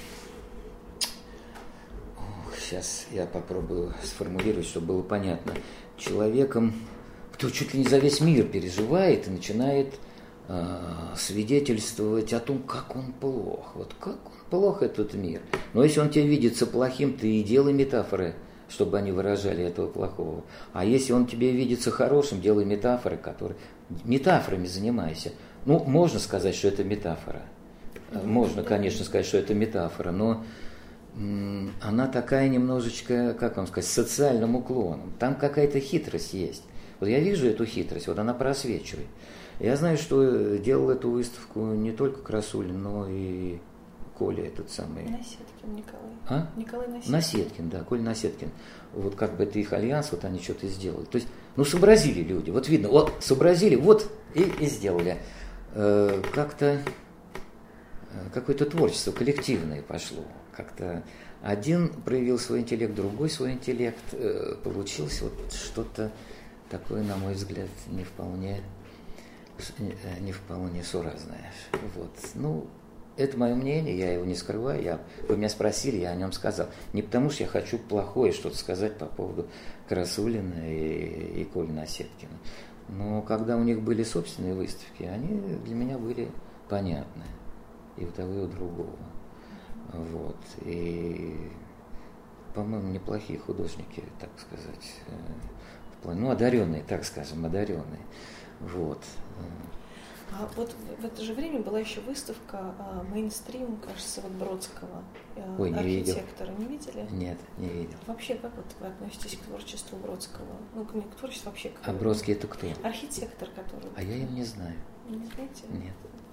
[SPEAKER 2] сейчас я попробую сформулировать, чтобы было понятно. Человеком, кто чуть ли не за весь мир переживает и начинает свидетельствовать о том, как он плох. Вот как он плох, этот мир. Но если он тебе видится плохим, ты и делай метафоры, чтобы они выражали этого плохого. А если он тебе видится хорошим, делай метафоры, которые... Метафорами занимайся. Ну, можно сказать, что это метафора. Можно, конечно, сказать, что это метафора, но м- она такая немножечко, как вам сказать, с социальным уклоном. Там какая-то хитрость есть. Вот я вижу эту хитрость, вот она просвечивает. Я знаю, что делал эту выставку не только Красулин, но и Коля этот самый.
[SPEAKER 1] Насеткин Николай.
[SPEAKER 2] А?
[SPEAKER 1] Николай Насеткин.
[SPEAKER 2] Насеткин, да, Коля Насеткин. Вот как бы это их альянс, вот они что-то сделали. То есть, ну, сообразили люди, вот видно, вот сообразили, вот и, и сделали. Э, как-то какое-то творчество коллективное пошло. Как-то один проявил свой интеллект, другой свой интеллект. Э, получилось вот что-то такое, на мой взгляд, не вполне... не вполне соразное. Вот. Ну, это мое мнение, я его не скрываю. Я, вы меня спросили, я о нем сказал. Не потому, что я хочу плохое что-то сказать по поводу Красулина и, и Коли Насеткина. Но когда у них были собственные выставки, они для меня были понятны. И у того, и у другого. Вот. И, по-моему, неплохие художники, так сказать. Ну, одаренные, так скажем, одаренные. Вот.
[SPEAKER 1] А вот в это же время была еще выставка «Мейнстрим», кажется, вот Бродского,
[SPEAKER 2] Ой, не
[SPEAKER 1] архитектора.
[SPEAKER 2] Видел.
[SPEAKER 1] Не видели?
[SPEAKER 2] Нет, не видел.
[SPEAKER 1] Вообще, как вот вы относитесь к творчеству Бродского? Ну, к, к творчеству вообще. К...
[SPEAKER 2] А Бродский это кто?
[SPEAKER 1] Архитектор, который...
[SPEAKER 2] А я его не знаю.
[SPEAKER 1] Не знаете?
[SPEAKER 2] Нет.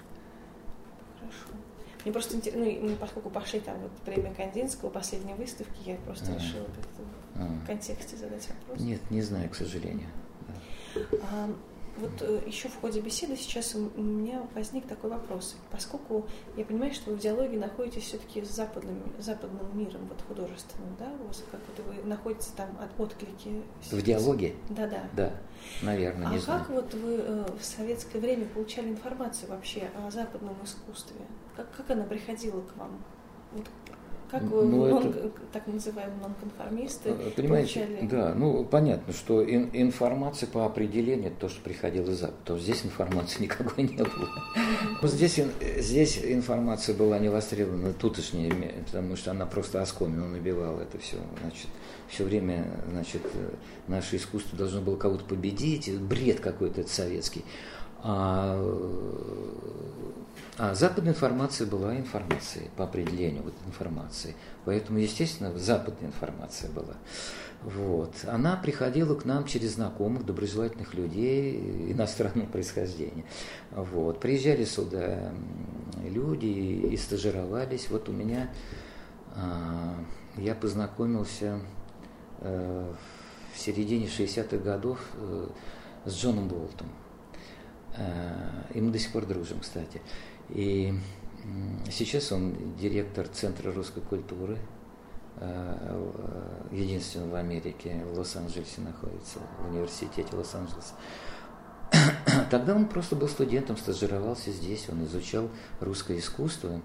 [SPEAKER 1] Хорошо. Мне просто интересно, ну, мы поскольку пошли там вот премия Кандинского, последней выставки, я просто а, решила как-то а. в контексте задать вопрос.
[SPEAKER 2] Нет, не знаю, к сожалению. Да.
[SPEAKER 1] А, вот э, еще в ходе беседы сейчас у меня возник такой вопрос. Поскольку я понимаю, что вы в диалоге находитесь все-таки с западным, западным миром вот, художественным, да? У вас как вот вы находитесь там от отклики.
[SPEAKER 2] В диалоге?
[SPEAKER 1] Да-да.
[SPEAKER 2] Да, наверное, не
[SPEAKER 1] а
[SPEAKER 2] знаю.
[SPEAKER 1] А как вот вы э, в советское время получали информацию вообще о западном искусстве? Как, как она приходила к вам? Вот как вы,
[SPEAKER 2] ну,
[SPEAKER 1] нон,
[SPEAKER 2] это...
[SPEAKER 1] так называемые нонконформисты,
[SPEAKER 2] понимаете,
[SPEAKER 1] получали?
[SPEAKER 2] Да, ну понятно, что ин- информация по определению то, что приходила из Запада, потому что здесь информации никакой не было. Но здесь, здесь информация была не востребована тутошняя, потому что она просто оскомину набивала это все. Значит, все время, значит, наше искусство должно было кого-то победить, бред какой-то это советский. А, а западная информация была информацией по определению вот информации. Поэтому, естественно, западная информация была. Вот. Она приходила к нам через знакомых, доброжелательных людей иностранного происхождения. Вот. Приезжали сюда люди и стажировались. Вот у меня а, я познакомился а, в середине шестидесятых годов а, с Джоном Болтом. И мы до сих пор дружим, кстати. И сейчас он директор Центра русской культуры, единственного в Америке, в Лос-Анджелесе находится, в университете Лос-Анджелеса. Тогда он просто был студентом, стажировался здесь, он изучал русское искусство.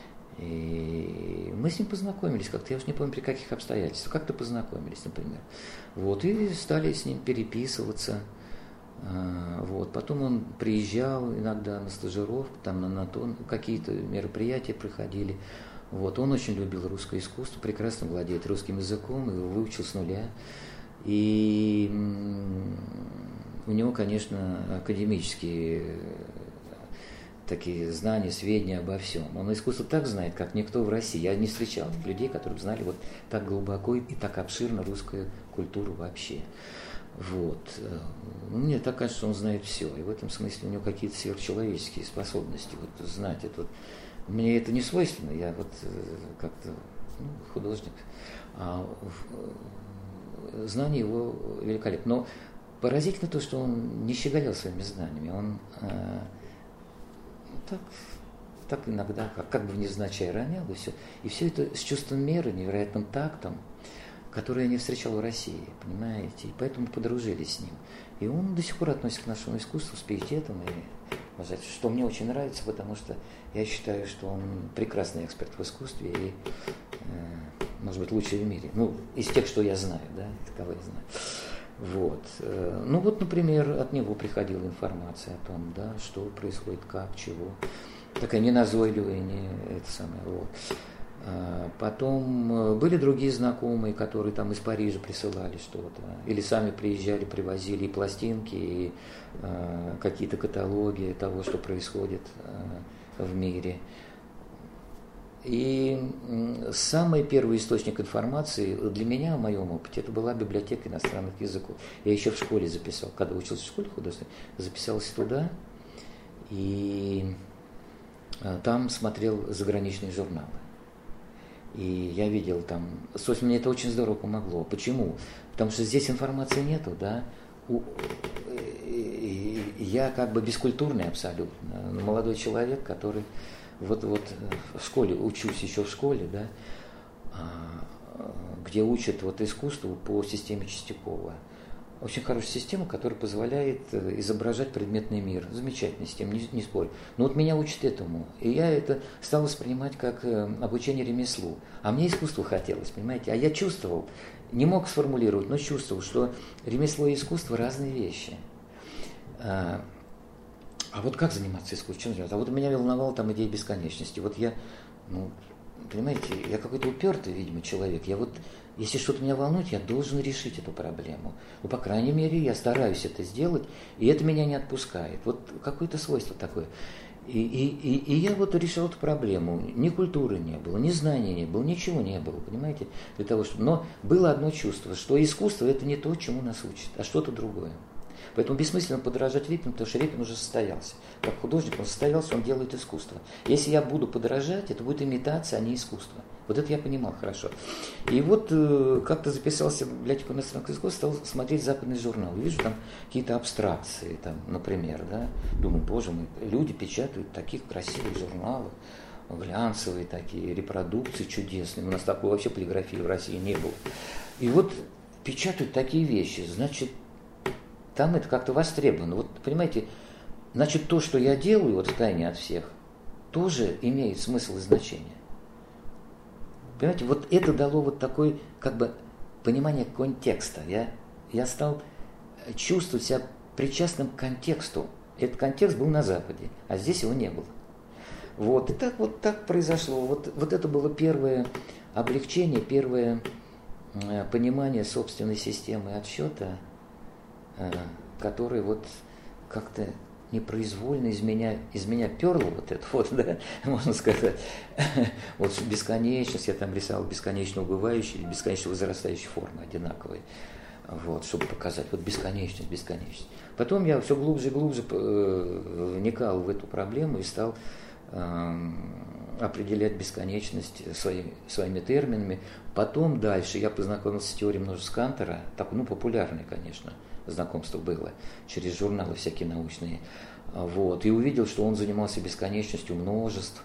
[SPEAKER 2] И мы с ним познакомились как-то, я уж не помню, при каких обстоятельствах, как-то познакомились, например. Вот, и стали с ним переписываться. Вот. Потом он приезжал иногда на стажировку, там на, на то, какие-то мероприятия проходили. Вот. Он очень любил русское искусство, прекрасно владеет русским языком, его выучил с нуля. И у него, конечно, академические такие знания, сведения обо всем. Он искусство так знает, как никто в России. Я не встречал людей, которые знали вот так глубоко и так обширно русскую культуру вообще. Вот. Мне так кажется, что он знает все. И в этом смысле у него какие-то сверхчеловеческие способности вот, знать это. Вот. Мне это не свойственно, я вот как-то ну, художник. А знания его великолепны. Но поразительно то, что он не щеголял своими знаниями. Он а, так, так иногда, как, как бы невзначай ронял, и все. И все это с чувством меры, невероятным тактом, который я не встречал в России, понимаете, и поэтому подружились с ним. И он до сих пор относится к нашему искусству с пиететом, и, что мне очень нравится, потому что я считаю, что он прекрасный эксперт в искусстве и, может быть, лучший в мире. Ну, из тех, что я знаю, да, из кого я знаю. Вот. Ну вот, например, от него приходила информация о том, да, что происходит, как, чего. Такая неназойливая, не это самое. Вот. Потом были другие знакомые, которые там из Парижа присылали что-то. Или сами приезжали, привозили и пластинки, и э, какие-то каталоги того, что происходит э, в мире. И самый первый источник информации для меня, в моем опыте, это была библиотека иностранных языков. Я еще в школе записал, когда учился в школе художественной, записался туда, и там смотрел заграничные журналы. И я видел там, собственно, мне это очень здорово помогло. Почему? Потому что здесь информации нету, да. У, и, и я как бы бескультурный абсолютно, молодой человек, который вот, вот в школе, учусь еще в школе, да, где учат вот искусству по системе Чистякова. Очень хорошая система, которая позволяет изображать предметный мир. Замечательная система, не, не спорю. Но вот меня учат этому. И я это стал воспринимать как обучение ремеслу. А мне искусство хотелось, понимаете? А я чувствовал, не мог сформулировать, но чувствовал, что ремесло и искусство разные вещи. А, а вот как заниматься искусством? Чем заниматься? А вот меня волновала там идея бесконечности. Вот я, ну, понимаете, я какой-то упертый, видимо, человек. Я вот, если что-то меня волнует, я должен решить эту проблему. Ну, по крайней мере, я стараюсь это сделать, и это меня не отпускает. Вот какое-то свойство такое. И, и, и, и я вот решил эту проблему. Ни культуры не было, ни знаний не было, ничего не было, понимаете? Для того, чтобы... Но было одно чувство, что искусство – это не то, чему нас учат, а что-то другое. Поэтому бессмысленно подражать Репину, потому что Репин уже состоялся. Как художник он состоялся, он делает искусство. Если я буду подражать, это будет имитация, а не искусство. Вот это я понимал хорошо. И вот э, как-то записался в библиотеку иностранных языков, стал смотреть западный журнал. И вижу там какие-то абстракции, там, например, да. Думаю, боже мой, люди печатают таких красивых журналов, глянцевые такие, репродукции чудесные. У нас такой вообще полиграфии в России не было. И вот печатают такие вещи, значит, там это как-то востребовано. Вот, понимаете, значит, то, что я делаю вот втайне от всех, тоже имеет смысл и значение. Понимаете, вот это дало вот такое, как бы, понимание контекста. Я, я стал чувствовать себя причастным к контексту. Этот контекст был на Западе, а здесь его не было. Вот, и так вот так произошло. Вот, вот это было первое облегчение, первое э, понимание собственной системы отсчета, который вот как-то непроизвольно из меня, из меня перло вот это вот, да, можно сказать. Вот бесконечность, я там рисовал бесконечно убывающие или бесконечно возрастающие формы одинаковые, вот, чтобы показать вот бесконечность, бесконечность. Потом я все глубже и глубже вникал в эту проблему и стал э, определять бесконечность своими, своими терминами. Потом дальше я познакомился с теорией множеств Кантера, так, ну, популярной, конечно, знакомство было через журналы всякие научные, вот, и увидел, что он занимался бесконечностью множеств,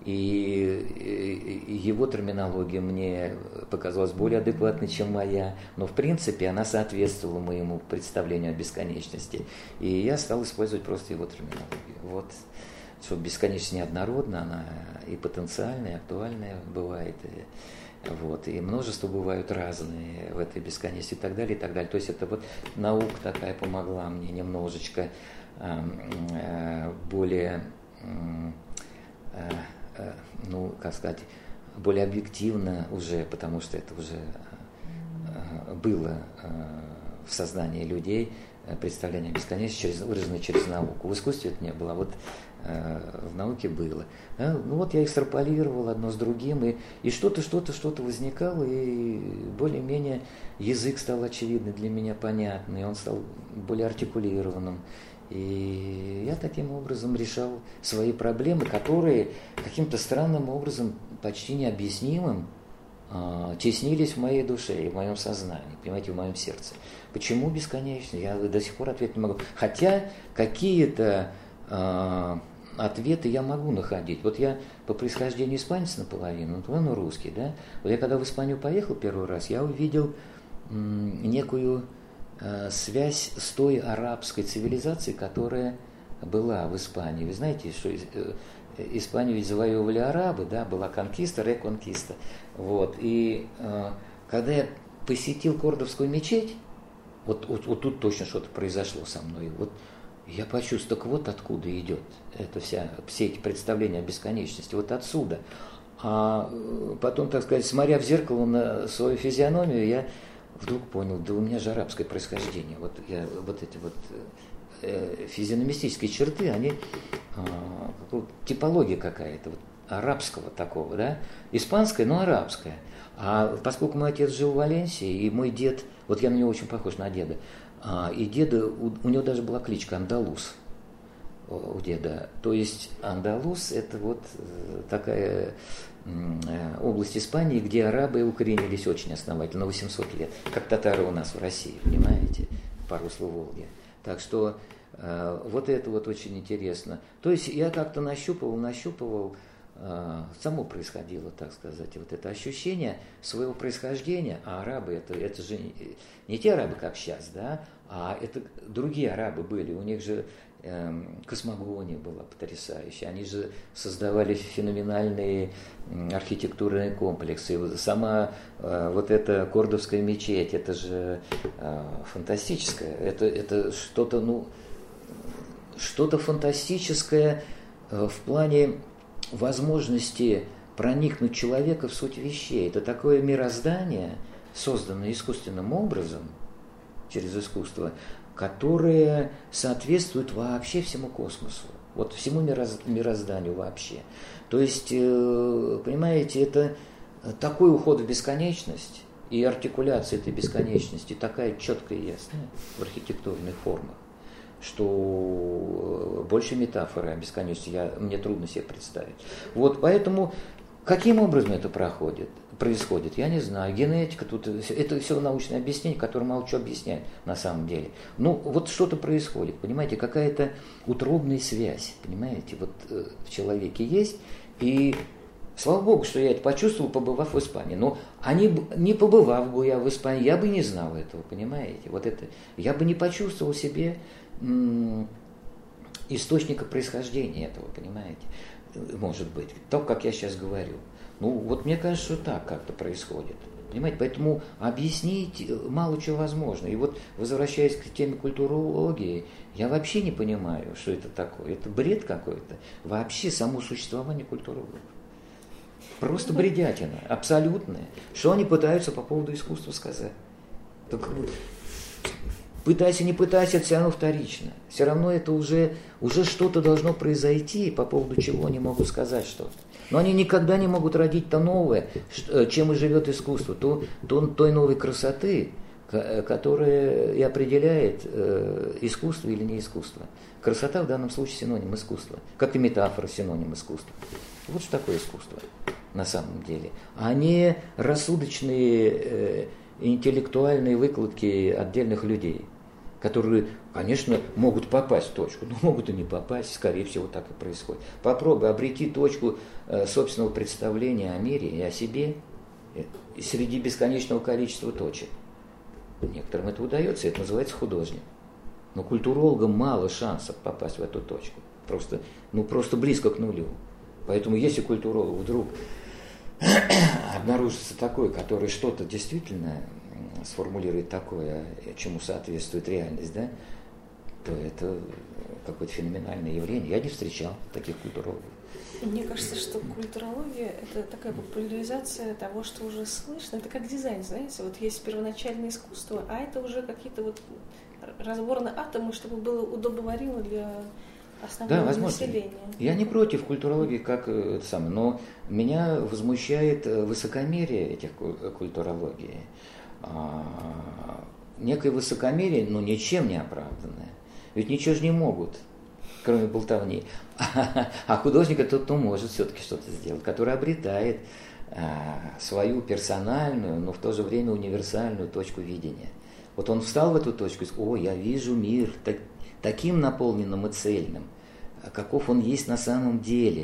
[SPEAKER 2] и его терминология мне показалась более адекватной, чем моя, но в принципе она соответствовала моему представлению о бесконечности, и я стал использовать просто его терминологию. Вот, что бесконечность неоднородна, она и потенциальная, и актуальная бывает, и вот, и множество бывают разные в этой бесконечности и так далее, и так далее. То есть это вот наука такая помогла мне немножечко э, э, более, э, э, ну, как сказать, более объективно уже, потому что это уже э, было э, в сознании людей, представление о бесконечности, через, выраженное через науку. В искусстве это не было, а вот э, в науке было. Да? Ну вот я экстраполировал одно с другим, и, и что-то, что-то, что-то возникало, и более-менее язык стал очевидный для меня, понятный, он стал более артикулированным. И я таким образом решал свои проблемы, которые каким-то странным образом, почти необъяснимым, э, теснились в моей душе и в моем сознании, понимаете, в моем сердце. Почему бесконечно? Я до сих пор ответить не могу. Хотя какие-то э, ответы я могу находить. Вот я по происхождению испанец наполовину, ну русский, да. Вот я когда в Испанию поехал первый раз, я увидел м, некую э, связь с той арабской цивилизацией, которая была в Испании. Вы знаете, что э, Испанию ведь завоевывали арабы, да, была конкиста, реконкиста. Вот. И э, когда я посетил Кордовскую мечеть, вот, вот, вот тут точно что-то произошло со мной. Вот я почувствовал, так вот откуда идет это вся, все эти представления о бесконечности, вот отсюда. А потом, так сказать, смотря в зеркало на свою физиономию, я вдруг понял, да у меня же арабское происхождение. Вот, я, вот эти вот э, физиономистические черты, они, э, типология какая-то, вот, арабского такого, да, испанская, но арабская. А поскольку мой отец жил в Валенсии, и мой дед, вот я на него очень похож на деда, а, и деда, у, у него даже была кличка Андалус у деда. То есть Андалус – это вот такая область Испании, где арабы укоренились очень основательно, на восемьсот лет, как татары у нас в России, понимаете, по руслу Волги. Так что э, вот это вот очень интересно. То есть я как-то нащупывал, нащупывал, э, само происходило, так сказать, вот это ощущение своего происхождения, а арабы это, это же не, не те арабы, как сейчас, да, а это другие арабы были, у них же космогония была потрясающая. Они же создавали феноменальные архитектурные комплексы. Сама вот эта Кордовская мечеть, это же фантастическое. Это, это что-то, ну, что-то фантастическое в плане возможности проникнуть человека в суть вещей. Это такое мироздание, созданное искусственным образом, через искусство, которые соответствуют вообще всему космосу, вот всему мирозданию вообще. То есть, понимаете, это такой уход в бесконечность и артикуляция этой бесконечности такая четкая и ясная в архитектурных формах, что больше метафоры о бесконечности я, мне трудно себе представить. Вот поэтому каким образом это проходит? происходит, я не знаю, генетика, тут это все научное объяснение, которое мало что объясняет на самом деле. Ну, вот что-то происходит, понимаете, какая-то утробная связь, понимаете, вот э, в человеке есть, и слава Богу, что я это почувствовал, побывав в Испании, но они, не побывав бы я в Испании, я бы не знал этого, понимаете, вот это, я бы не почувствовал себе м- источника происхождения этого, понимаете, может быть, то, как я сейчас говорю. Ну, вот мне кажется, что так как-то происходит. Понимаете, поэтому объяснить мало чего возможно. И вот, возвращаясь к теме культурологии, я вообще не понимаю, что это такое. Это бред какой-то. Вообще само существование культурологов. Просто бредятина, абсолютная. Что они пытаются по поводу искусства сказать? Так, пытайся, не пытайся, это все равно вторично. Все равно это уже, уже что-то должно произойти, по поводу чего они могут сказать что-то. Но они никогда не могут родить то новое, чем и живет искусство, то, то, той новой красоты, которая и определяет э, искусство или не искусство. Красота в данном случае синоним искусства, как и метафора синоним искусства. Вот что такое искусство на самом деле. А не рассудочные э, интеллектуальные выкладки отдельных людей, которые, конечно, могут попасть в точку, но могут и не попасть, скорее всего, так и происходит. Попробуй обрети точку э, собственного представления о мире и о себе э, среди бесконечного количества точек. Некоторым это удается, это называется художник. Но культурологам мало шансов попасть в эту точку, просто, ну, просто близко к нулю. Поэтому если культуролог вдруг обнаружится такой, который что-то действительно сформулирует такое, чему соответствует реальность, да, то это какое-то феноменальное явление. Я не встречал таких культурологов.
[SPEAKER 1] Мне кажется, что культурология – это такая популяризация того, что уже слышно. Это как дизайн, знаете, вот есть первоначальное искусство, а это уже какие-то вот разбор на атомы, чтобы было удобоваримо для основного, да, возможно, населения.
[SPEAKER 2] Я не против культурологии, как это самое, но меня возмущает высокомерие этих культурологий. Некое высокомерие, но ничем не оправданное. Ведь ничего же не могут, кроме болтовни. А художник это тот, кто может все-таки что-то сделать, который обретает свою персональную, но в то же время универсальную точку видения. Вот он встал в эту точку и сказал: о, я вижу мир так, таким наполненным и цельным, каков он есть на самом деле.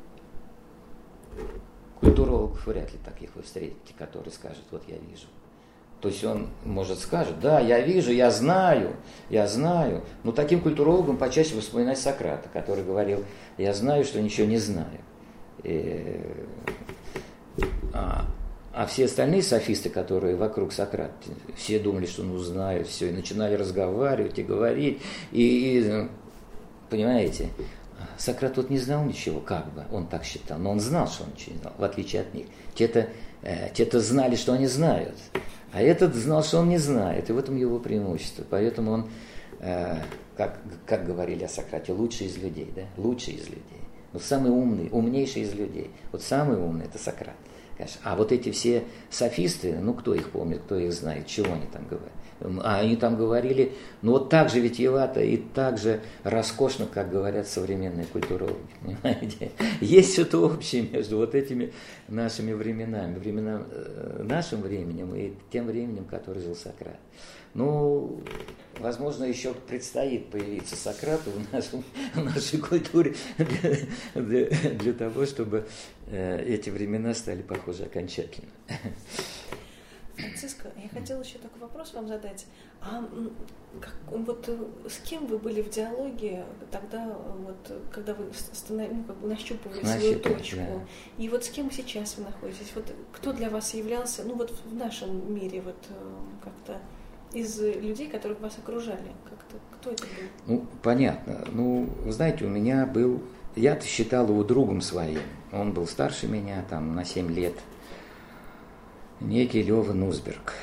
[SPEAKER 2] Культурологов вряд ли таких вы встретите, которые скажут: вот я вижу. То есть он, может, скажет: да, я вижу, я знаю, я знаю. Но таким культурологам почаще вспоминать Сократа, который говорил: я знаю, что ничего не знаю. И, а, А все остальные софисты, которые вокруг Сократа, все думали, что ну знают все, и начинали разговаривать и говорить, и, и понимаете, Сократ вот не знал ничего, как бы, он так считал, но он знал, что он ничего не знал, в отличие от них. Те-то, э, те-то знали, что они знают, а этот знал, что он не знает, и в этом его преимущество. Поэтому он, э, как, как говорили о Сократе, лучший из людей, да, лучший из людей. Вот самый умный, умнейший из людей. Вот самый умный – это Сократ. Конечно. А вот эти все софисты, ну кто их помнит, кто их знает, чего они там говорят. А они там говорили, ну вот так же витиевато и так же роскошно, как говорят современные культурологи. Понимаете? Есть что-то общее между вот этими нашими временами, временам, нашим временем и тем временем, которое жил Сократ. Ну, возможно, еще предстоит появиться Сократу в, нашем, в нашей культуре для, для, для того, чтобы э, эти времена стали похожи окончательно.
[SPEAKER 1] Франциско, я хотела еще такой вопрос вам задать. А как, вот с кем вы были в диалоге тогда, вот, когда вы ну, как бы нащупывали свою точку? Да. И вот с кем сейчас вы находитесь? Вот кто для вас являлся, ну вот в нашем мире, вот как-то из людей, которые вас окружали? Как-то, кто это был?
[SPEAKER 2] Ну, понятно. Ну, вы знаете, у меня был... Я-то считал его другом своим. Он был старше меня, там, на семь лет. Некий Лёва Нусберг.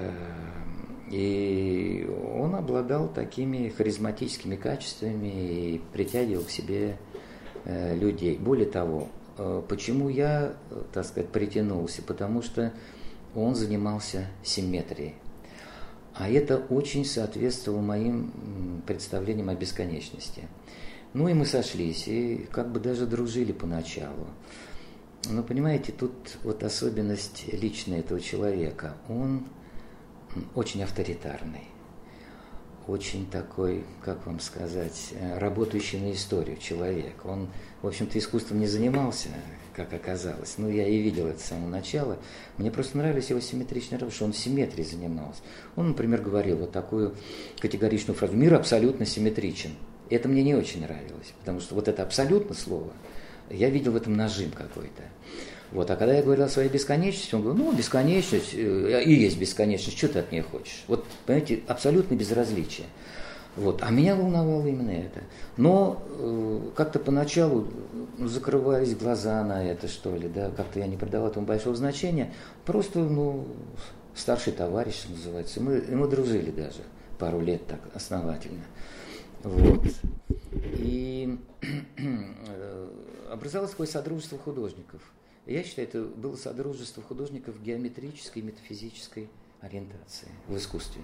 [SPEAKER 2] И он обладал такими харизматическими качествами и притягивал к себе людей. Более того, почему я, так сказать, притянулся? Потому что он занимался симметрией. А это очень соответствовало моим представлениям о бесконечности. Ну и мы сошлись, и как бы даже дружили поначалу. Но понимаете, тут вот особенность личная этого человека. Он очень авторитарный, очень такой, как вам сказать, работающий на историю человек. Он, в общем-то, искусством не занимался, как оказалось. Ну, я и видел это с самого начала. Мне просто нравились его симметричные работы, что он симметрией занимался. Он, например, говорил вот такую категоричную фразу: «Мир абсолютно симметричен». И это мне не очень нравилось, потому что вот это абсолютно слово, я видел в этом нажим какой-то. Вот. А когда я говорил о своей бесконечности, он говорил: ну, бесконечность, и есть бесконечность, что ты от нее хочешь? Вот, понимаете, абсолютное безразличие. Вот. А меня волновало именно это. Но э, как-то поначалу закрывались глаза на это, что ли, да, как-то я не придавал этому большого значения. Просто, ну, старший товарищ, называется. И мы, и мы дружили даже пару лет так основательно. Вот. И образовалось такое содружество художников. Я считаю, это было содружество художников геометрической и метафизической ориентации в искусстве.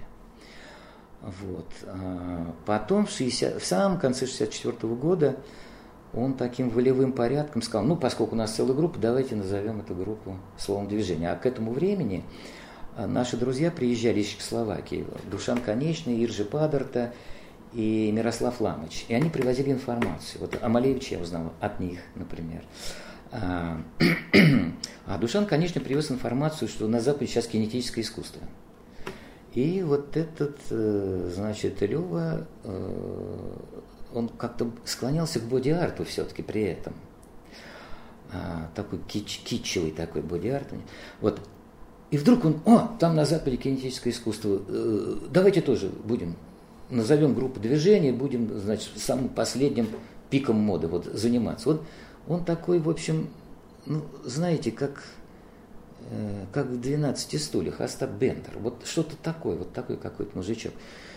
[SPEAKER 2] Вот. Потом, в, шестидесятом, в самом конце шестьдесят четвёртого года, он таким волевым порядком сказал: ну, поскольку у нас целая группа, давайте назовем эту группу словом движения. А к этому времени наши друзья приезжали из Чехословакии: Душан Конечный, Иржи Падарта и Мирослав Ламыч. И они привозили информацию. Вот о Малевиче я узнал от них, например. А, а Душан, конечно, привез информацию, что на Западе сейчас кинетическое искусство. И вот этот, значит, Лёва, он как-то склонялся к боди-арту все-таки при этом. Такой кич, китчевый такой боди-арт. Вот. И вдруг он: о, там на Западе кинетическое искусство, давайте тоже будем, назовем группу движения, будем, значит, самым последним пиком моды вот заниматься. Вот он такой, в общем, ну, знаете, как... как в «двенадцати стульях», Остап Бендер. Вот что-то такое, вот такой какой-то мужичок.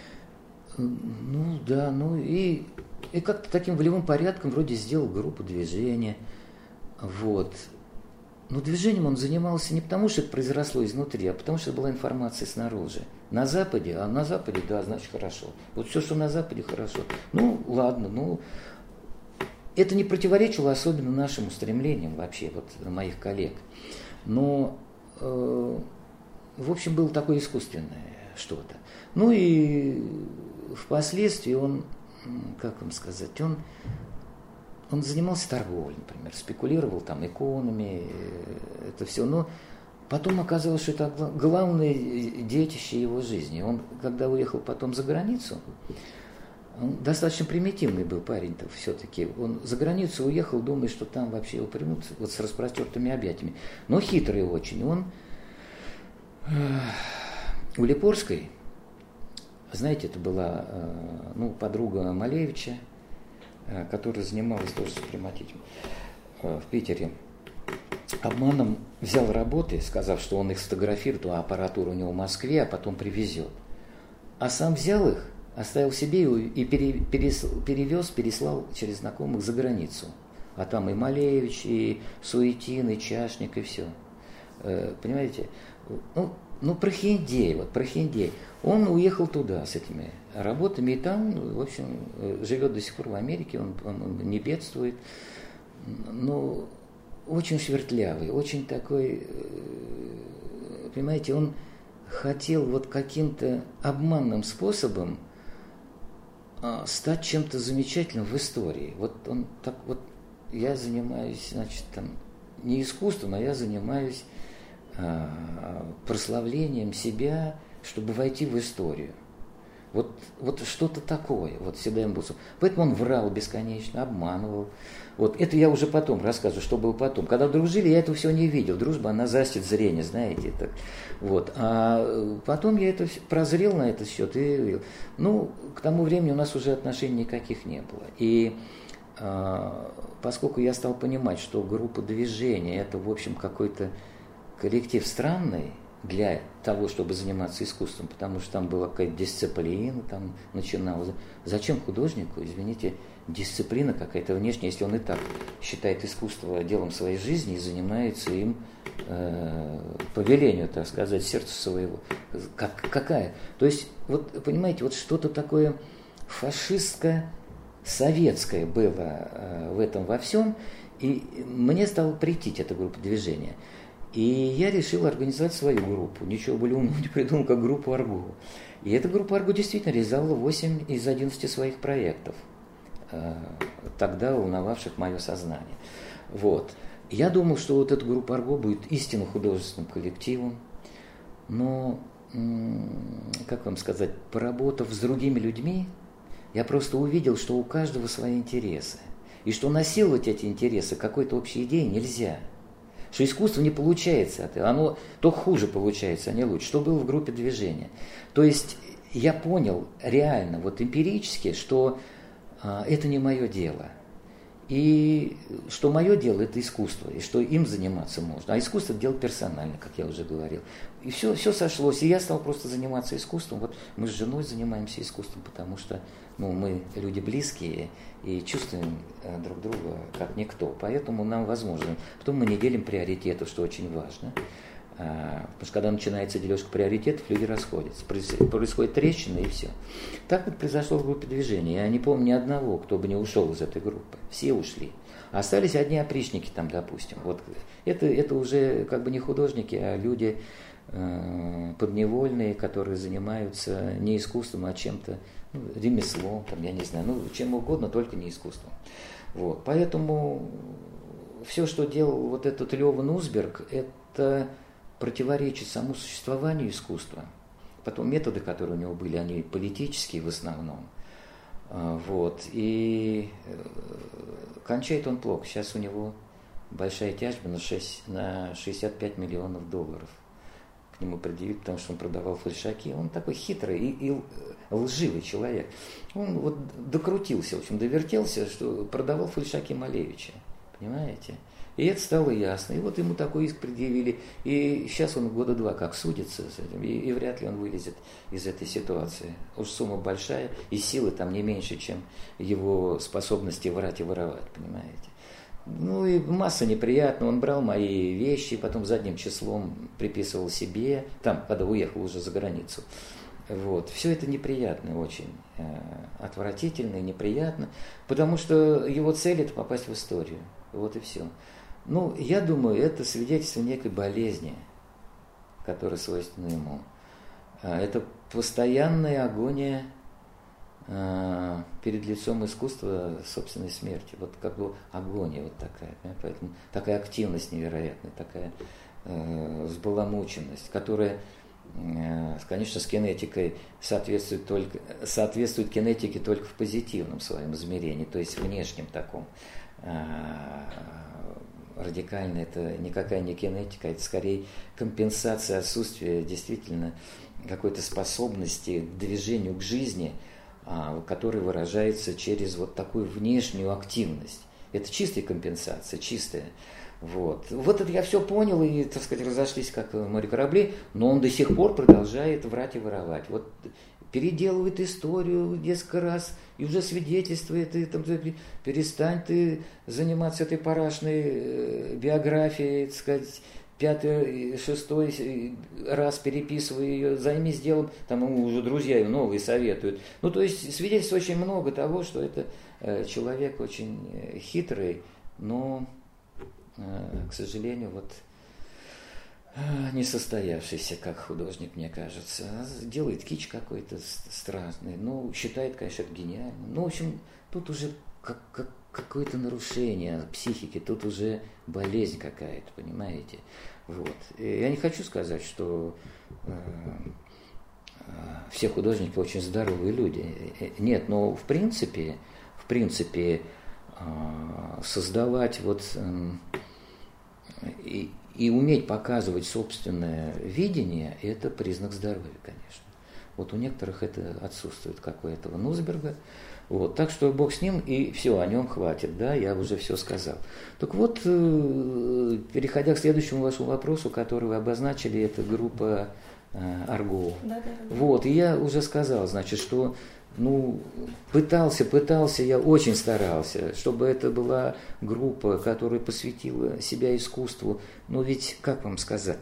[SPEAKER 2] Ну да, ну и, и как-то таким волевым порядком вроде сделал группу движения. Вот. Но движением он занимался не потому, что это произросло изнутри, а потому, что была информация снаружи. На Западе, а на Западе, да, значит, хорошо. Вот все, что на Западе, хорошо. Ну, ладно, ну... Это не противоречило особенно нашим устремлениям вообще, вот моих коллег. Но, э, в общем, было такое искусственное что-то. Ну и впоследствии он, как вам сказать, он, он занимался торговлей, например, спекулировал там иконами, это все. Но потом оказалось, что это главное детище его жизни. Он, когда уехал потом за границу, он достаточно примитивный был парень-то все-таки. Он за границу уехал, думая, что там вообще его примут вот с распростертыми объятиями. Но хитрый очень. Он У Липорской, знаете, это была ну, подруга Малевича, которая занималась тоже супрематизмом в Питере. Обманом взял работы, сказав, что он их сфотографирует, а аппаратуру у него в Москве, а потом привезет. А сам взял их, оставил себе и перевез, переслал через знакомых за границу. А там и Малевич, и Суетин, и Чашник, и все. Понимаете? Ну, ну прохиндей, вот прохиндей. Он уехал туда с этими работами, и там, в общем, живет до сих пор в Америке, он, он не бедствует. Но очень свертлявый, очень такой, понимаете, он хотел вот каким-то обманным способом стать чем-то замечательным в истории. Вот он так вот, я занимаюсь, значит, там, не искусством, а я занимаюсь а, прославлением себя, чтобы войти в историю. Вот, вот что-то такое, вот всегда им был. Поэтому он врал бесконечно, обманывал. Вот это я уже потом рассказываю, что было потом. Когда дружили, я этого всего не видел. Дружба, она застит зрение, знаете. Так. Вот. А потом я это прозрел на этот счет и, ну, к тому времени у нас уже отношений никаких не было. И а, поскольку я стал понимать, что группа движения это, в общем, какой-то коллектив странный для того, чтобы заниматься искусством, потому что там была какая-то дисциплина, там начиналась. Зачем художнику, извините, дисциплина какая-то внешняя, если он и так считает искусство делом своей жизни и занимается им э, по велению, так сказать, сердца своего. Как, какая? То есть, вот понимаете, вот что-то такое фашистское, советское было э, в этом во всем, и мне стало претить эта группа движения. И я решил организовать свою группу. Ничего более умного не придумал, как группу «Арго». И эта группа «Арго» действительно реализовала восемь из одиннадцати своих проектов, тогда волновавших мое сознание. Вот. Я думал, что вот эта группа «Арго» будет истинно художественным коллективом, но, как вам сказать, поработав с другими людьми, я просто увидел, что у каждого свои интересы, и что насиловать эти интересы какой-то общей идеей нельзя. Что искусство не получается от этого, оно то хуже получается, а не лучше. Что было в группе движения? То есть я понял реально, вот эмпирически, что а, это не мое дело. И что мое дело – это искусство, и что им заниматься можно. А искусство – это дело персонально, как я уже говорил. И все, все сошлось, и я стал просто заниматься искусством. Вот мы с женой занимаемся искусством, потому что ну, мы люди близкие и чувствуем друг друга как никто. Поэтому нам возможно. Потом мы не делим приоритетов, что очень важно. Потому что когда начинается дележка приоритетов, люди расходятся. Происходит трещина и все. Так вот произошло в группе движения. Я не помню ни одного, кто бы не ушел из этой группы. Все ушли. Остались одни опричники там, допустим. Вот это, это уже как бы не художники, а люди э, подневольные, которые занимаются не искусством, а чем-то, ну, ремеслом, там, я не знаю, ну, чем угодно, только не искусством. Вот. Поэтому все, что делал вот этот Лёва Нусберг, это противоречит самому существованию искусства. Потом методы, которые у него были, они политические в основном. Вот. И кончает он плохо. Сейчас у него большая тяжба на, шесть, на шестьдесят пять миллионов долларов. К нему предъявили, потому что он продавал фальшаки. Он такой хитрый и, и лживый человек. Он вот докрутился, в общем, довертелся, что продавал фальшаки Малевича. Понимаете? И это стало ясно. И вот ему такой иск предъявили. И сейчас он года два как судится с этим. И, и вряд ли он вылезет из этой ситуации. Уж сумма большая, и силы там не меньше, чем его способности врать и воровать, понимаете. Ну и масса неприятно. Он брал мои вещи, потом задним числом приписывал себе, там, когда уехал уже за границу. Вот. Все это неприятно очень, э, отвратительно и неприятно, потому что его цель – это попасть в историю. Вот и все. Ну, я думаю, это свидетельство некой болезни, которая свойственна ему. Это постоянная агония э, перед лицом искусства собственной смерти. Вот как бы агония вот такая. Поэтому такая активность невероятная, такая э, взбаламученность, которая, э, конечно, с кинетикой соответствует, только, соответствует кинетике только в позитивном своем измерении, то есть внешнем таком. радикально, это никакая не кинетика, это скорее компенсация отсутствия действительно какой-то способности к движению, к жизни, которая выражается через вот такую внешнюю активность. Это чистая компенсация, чистая. Вот. Вот это я все понял, и, так сказать, разошлись как море корабли, но он до сих пор продолжает врать и воровать. Вот переделывает историю несколько раз и уже свидетельствует, и, там, перестань ты заниматься этой парашной биографией, так сказать, пятый, шестой раз переписывая ее, займись делом, там ему уже друзья ее новые советуют. Ну, то есть свидетельств очень много того, что это человек очень хитрый, но, к сожалению, вот несостоявшийся как художник, мне кажется. Делает кич какой-то страшный, ну, считает, конечно, это гениальным. Ну, в общем, тут уже как, как, какое-то нарушение психики, тут уже болезнь какая-то, понимаете? Вот. И я не хочу сказать, что э, э, все художники очень здоровые люди. Нет, но в принципе, в принципе, э, создавать вот э, и И уметь показывать собственное видение – это признак здоровья, конечно. Вот у некоторых это отсутствует, как у этого Нусберга. Вот. Так что Бог с ним, и все, о нем хватит, да, я уже все сказал. Так вот, переходя к следующему вашему вопросу, который вы обозначили, это группа Арго.
[SPEAKER 1] Да, да, да.
[SPEAKER 2] Вот, и я уже сказал, значит, что ну, пытался, пытался, я очень старался, чтобы это была группа, которая посвятила себя искусству. Но ведь, как вам сказать,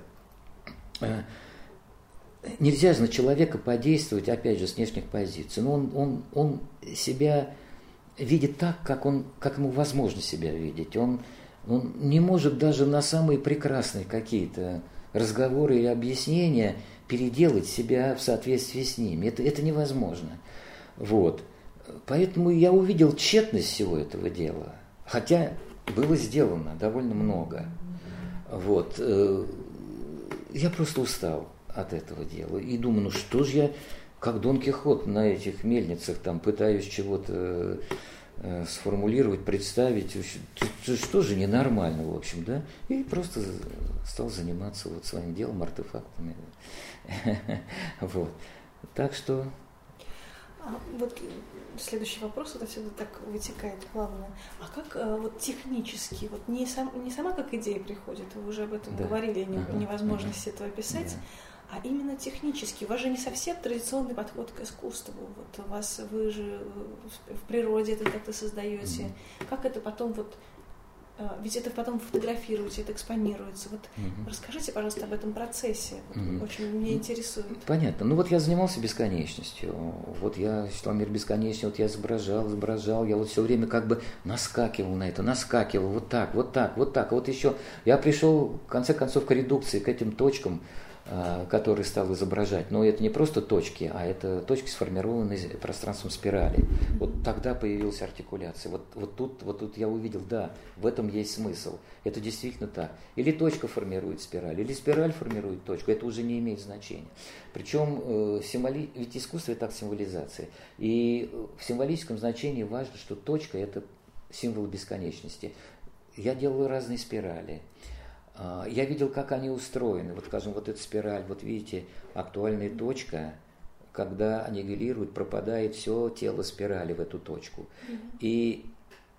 [SPEAKER 2] нельзя же на человека подействовать, опять же, с внешних позиций. Но он, он, он себя видит так, как, он, как ему возможно себя видеть. Он, он не может даже на самые прекрасные какие-то разговоры или объяснения переделать себя в соответствии с ними. Это, это невозможно. Вот. Поэтому я увидел тщетность всего этого дела, хотя было сделано довольно много. Вот. Я просто устал от этого дела и думаю, ну что же я, как Дон Кихот на этих мельницах, там пытаюсь чего-то сформулировать, представить, что же ненормально, в общем, да, и просто стал заниматься вот своим делом, артефактами. Вот. Так что...
[SPEAKER 1] А вот следующий вопрос, это всегда так вытекает плавно. А как а, вот технически, вот не, сам, не сама как идея приходит, вы уже об этом да. говорили, не, ага, невозможности ага. этого описать, да. а именно технически. У вас же не совсем традиционный подход к искусству. Вот у вас, вы же в природе это как-то создаете. Mm-hmm. Как это потом вот... Ведь это потом фотографируете, это экспонируется. Вот угу. расскажите, пожалуйста, об этом процессе. Вот угу. Очень меня интересует.
[SPEAKER 2] Понятно. Ну вот я занимался бесконечностью. Вот я считал мир бесконечным, вот я изображал, изображал. Я вот все время как бы наскакивал на это, наскакивал. Вот так, вот так, вот так. Вот еще я пришел, в конце концов, к редукции, к этим точкам, который стал изображать. Но это не просто точки, а это точки, сформированные пространством спирали. Вот тогда появилась артикуляция. Вот, вот, тут, вот тут я увидел, да, в этом есть смысл. Это действительно так. Или точка формирует спираль, или спираль формирует точку. Это уже не имеет значения. Причем э, символи... ведь искусство – это акт символизации. И в символическом значении важно, что точка – это символ бесконечности. Я делаю разные спирали. Я видел, как они устроены. Вот, скажем, вот эта спираль, вот видите, актуальная точка, когда аннигилирует, пропадает все тело спирали в эту точку. Mm-hmm. И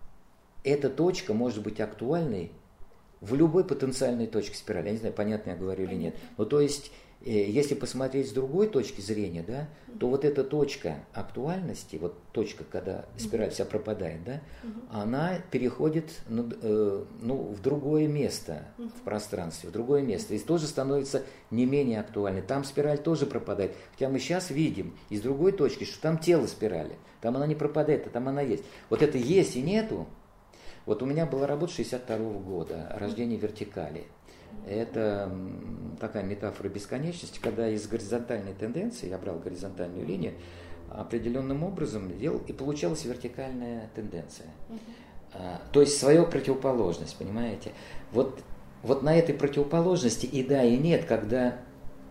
[SPEAKER 2] эта точка может быть актуальной в любой потенциальной точке спирали. Я не знаю, понятно я говорю или нет. Ну, то есть, если посмотреть с другой точки зрения, да, mm-hmm. то вот эта точка актуальности, вот точка, когда спираль mm-hmm. вся пропадает, да, mm-hmm. она переходит ну, э, ну, в другое место mm-hmm. в пространстве, в другое место, и тоже становится не менее актуальной. Там спираль тоже пропадает. Хотя мы сейчас видим из другой точки, что там тело спирали, там она не пропадает, а там она есть. Вот это есть и нету. Вот у меня была работа шестьдесят второго года, рождение вертикали. Это такая метафора бесконечности, когда из горизонтальной тенденции, я брал горизонтальную линию, определенным образом делал, и получалась вертикальная тенденция. Uh-huh. То есть свою противоположность, понимаете? Вот, вот на этой противоположности и да, и нет, когда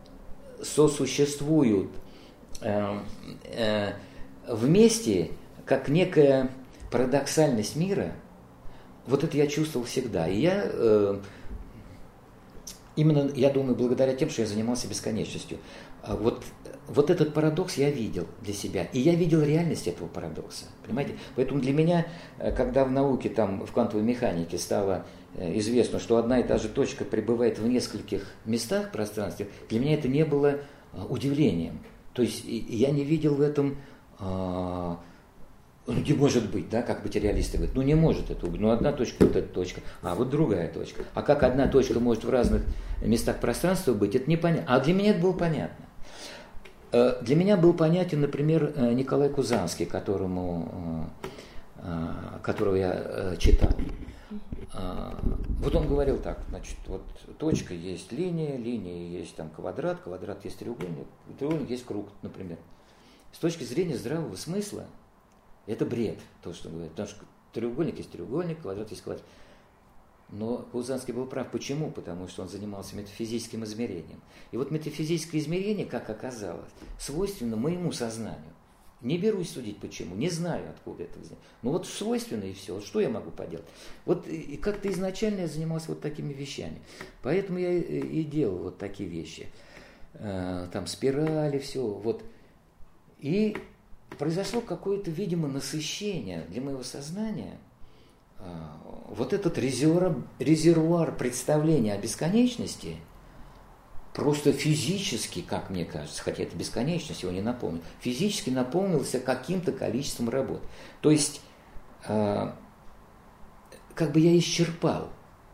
[SPEAKER 2] сосуществуют э, э, вместе, как некая парадоксальность мира, вот это я чувствовал всегда. И я э, именно, я думаю, благодаря тем, что я занимался бесконечностью. Вот, вот этот парадокс я видел для себя. И я видел реальность этого парадокса. Понимаете? Поэтому для меня, когда в науке, там, в квантовой механике стало известно, что одна и та же точка пребывает в нескольких местах в пространстве, для меня это не было удивлением. То есть я не видел в этом... Не может быть, да, как материалисты говорят, ну не может это быть, ну одна точка, вот эта точка, а вот другая точка. А как одна точка может в разных местах пространства быть, это непонятно. А для меня это было понятно. Для меня был понятен, например, Николай Кузанский, которому, которого я читал. Вот он говорил так, значит, вот точка есть линия, линия есть там квадрат, квадрат есть треугольник, треугольник есть круг, например. С точки зрения здравого смысла, это бред, то, что говорят, потому что треугольник есть треугольник, квадрат есть квадрат. Но Кузанский был прав. Почему? Потому что он занимался метафизическим измерением. И вот метафизическое измерение, как оказалось, свойственно моему сознанию. Не берусь судить почему, не знаю, откуда это взять. Ну вот свойственно и все, вот что я могу поделать. Вот и как-то изначально я занимался вот такими вещами. Поэтому я и делал вот такие вещи. Там спирали, все. Вот. И произошло какое-то, видимо, насыщение для моего сознания. Вот этот резервуар, резервуар представления о бесконечности просто физически, как мне кажется, хотя это бесконечность, его не наполнил, физически наполнился каким-то количеством работ. То есть, как бы я исчерпал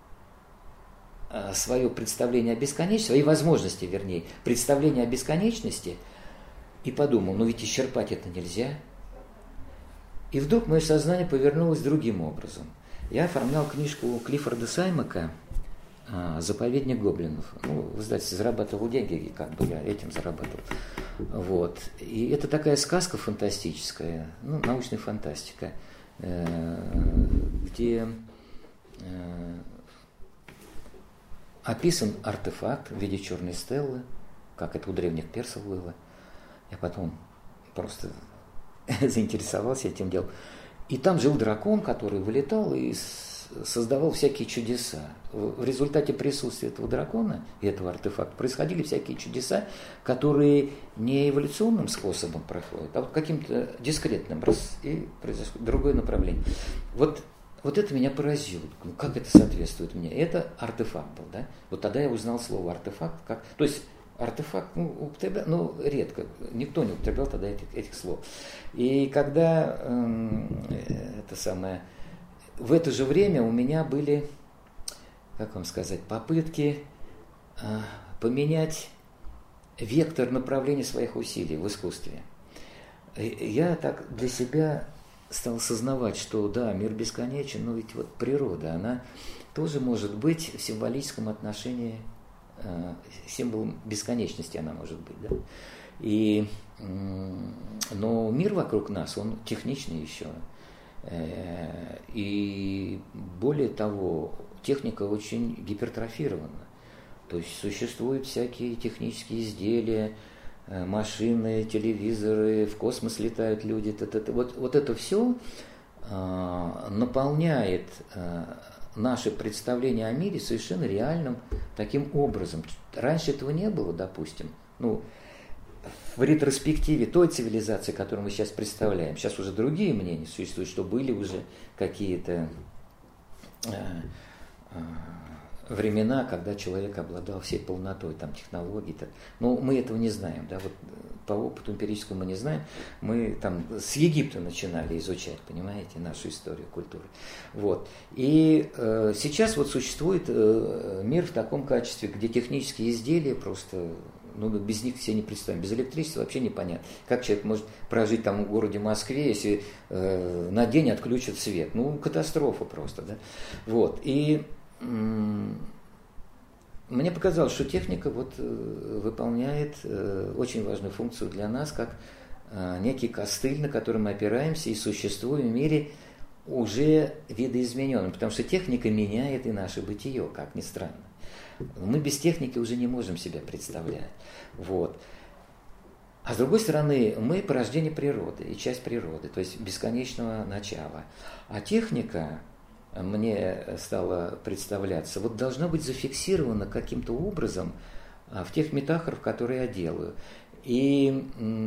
[SPEAKER 2] свое представление о бесконечности, свои возможности, вернее, представление о бесконечности, и подумал, ну ведь исчерпать это нельзя. И вдруг мое сознание повернулось другим образом. Я оформлял книжку Клиффорда Саймака «Заповедник гоблинов». Ну, в издательстве зарабатывал деньги, и как бы я этим зарабатывал. Вот. И это такая сказка фантастическая, ну, научная фантастика, где описан артефакт в виде черной стеллы, как это у древних персов было. Я потом просто заинтересовался этим делом. И там жил дракон, который вылетал и создавал всякие чудеса. В результате присутствия этого дракона и этого артефакта происходили всякие чудеса, которые не эволюционным способом проходят, а вот каким-то дискретным, раз, и произошло другое направление. Вот, вот это меня поразило. Ну, как это соответствует мне? Это артефакт был, да? Вот тогда я узнал слово артефакт. Как... То есть артефакт, ну, употреблял, ну, редко, никто не употреблял тогда этих, этих слов. И когда э, это самое, в это же время у меня были, как вам сказать, попытки э, поменять вектор направления своих усилий в искусстве. И я так для себя стал осознавать, что да, мир бесконечен, но ведь вот природа, она тоже может быть в символическом отношении, символом бесконечности она может быть, да? И, но мир вокруг нас, он техничный еще. И более того, техника очень гипертрофирована. То есть существуют всякие технические изделия, машины, телевизоры, в космос летают люди. Вот, вот это все наполняет наше представление о мире совершенно реальным таким образом. Раньше этого не было, допустим. Ну, в ретроспективе той цивилизации, которую мы сейчас представляем, сейчас уже другие мнения существуют, что были уже какие-то э, э, времена, когда человек обладал всей полнотой там, технологий. Так. Но мы этого не знаем. Да? Вот по опыту эмпирическому мы не знаем. Мы там с Египта начинали изучать, понимаете, нашу историю, культуру. Вот. И э, сейчас вот существует э, мир в таком качестве, где технические изделия просто, ну, без них все не представим. Без электричества вообще непонятно. Как человек может прожить там в городе Москве, если э, на день отключат свет? Ну, катастрофа просто, да. Вот. И мне показалось, что техника вот выполняет очень важную функцию для нас, как некий костыль, на который мы опираемся и существуем в мире уже видоизмененным, потому что техника меняет и наше бытие, как ни странно. Мы без техники уже не можем себя представлять. Вот. А с другой стороны, мы порождение природы и часть природы, то есть бесконечного начала. А техника мне стало представляться, вот должно быть зафиксировано каким-то образом в тех метафорах, которые я делаю. И